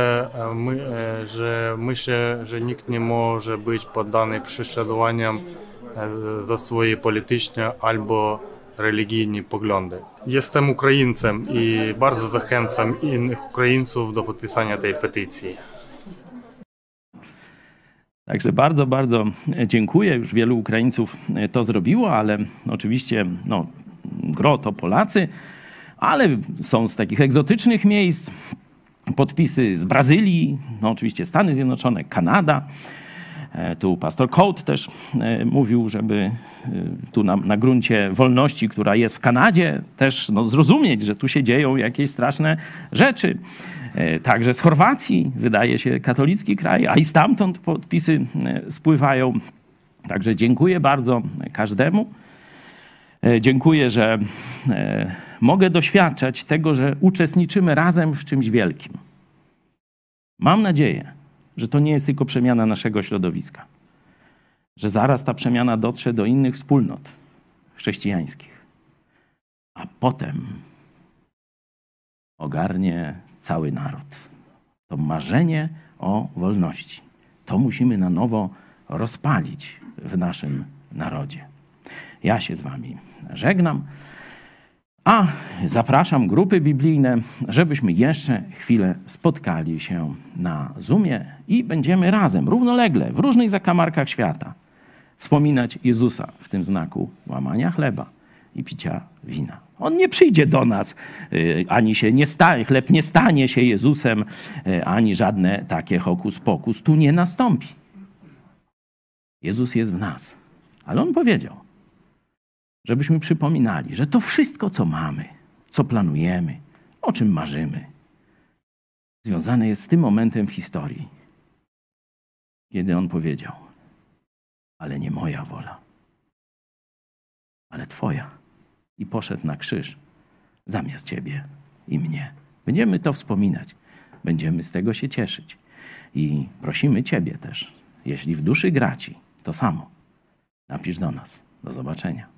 Speaker 12: że myślę, że nikt nie może być poddany prześladowaniom za swoje polityczne albo religijne poglądy. Jestem Ukraińcem i bardzo zachęcam innych Ukraińców do podpisania tej petycji.
Speaker 1: Także bardzo, bardzo dziękuję. Już wielu Ukraińców to zrobiło, ale oczywiście no, gro to Polacy, ale są z takich egzotycznych miejsc podpisy z Brazylii, no oczywiście Stany Zjednoczone, Kanada. Tu pastor Colt też mówił, żeby tu na gruncie wolności, która jest w Kanadzie, też no, zrozumieć, że tu się dzieją jakieś straszne rzeczy. Także z Chorwacji, wydaje się katolicki kraj, a i stamtąd podpisy spływają. Także dziękuję bardzo każdemu. Dziękuję, że mogę doświadczać tego, że uczestniczymy razem w czymś wielkim. Mam nadzieję, że to nie jest tylko przemiana naszego środowiska, że zaraz ta przemiana dotrze do innych wspólnot chrześcijańskich, a potem ogarnie cały naród. To marzenie o wolności. To musimy na nowo rozpalić w naszym narodzie. Ja się z wami żegnam, a zapraszam grupy biblijne, żebyśmy jeszcze chwilę spotkali się na Zoomie i będziemy razem, równolegle, w różnych zakamarkach świata wspominać Jezusa w tym znaku łamania chleba i picia wina. On nie przyjdzie do nas, ani się nie stanie, chleb nie stanie się Jezusem, ani żadne takie hokus pokus tu nie nastąpi. Jezus jest w nas, ale On powiedział, żebyśmy przypominali, że to wszystko, co mamy, co planujemy, o czym marzymy, związane jest z tym momentem w historii, kiedy On powiedział, ale nie moja wola, ale Twoja. I poszedł na krzyż zamiast Ciebie i mnie. Będziemy to wspominać, będziemy z tego się cieszyć. I prosimy Ciebie też, jeśli w duszy gra Ci to samo, napisz do nas. Do zobaczenia.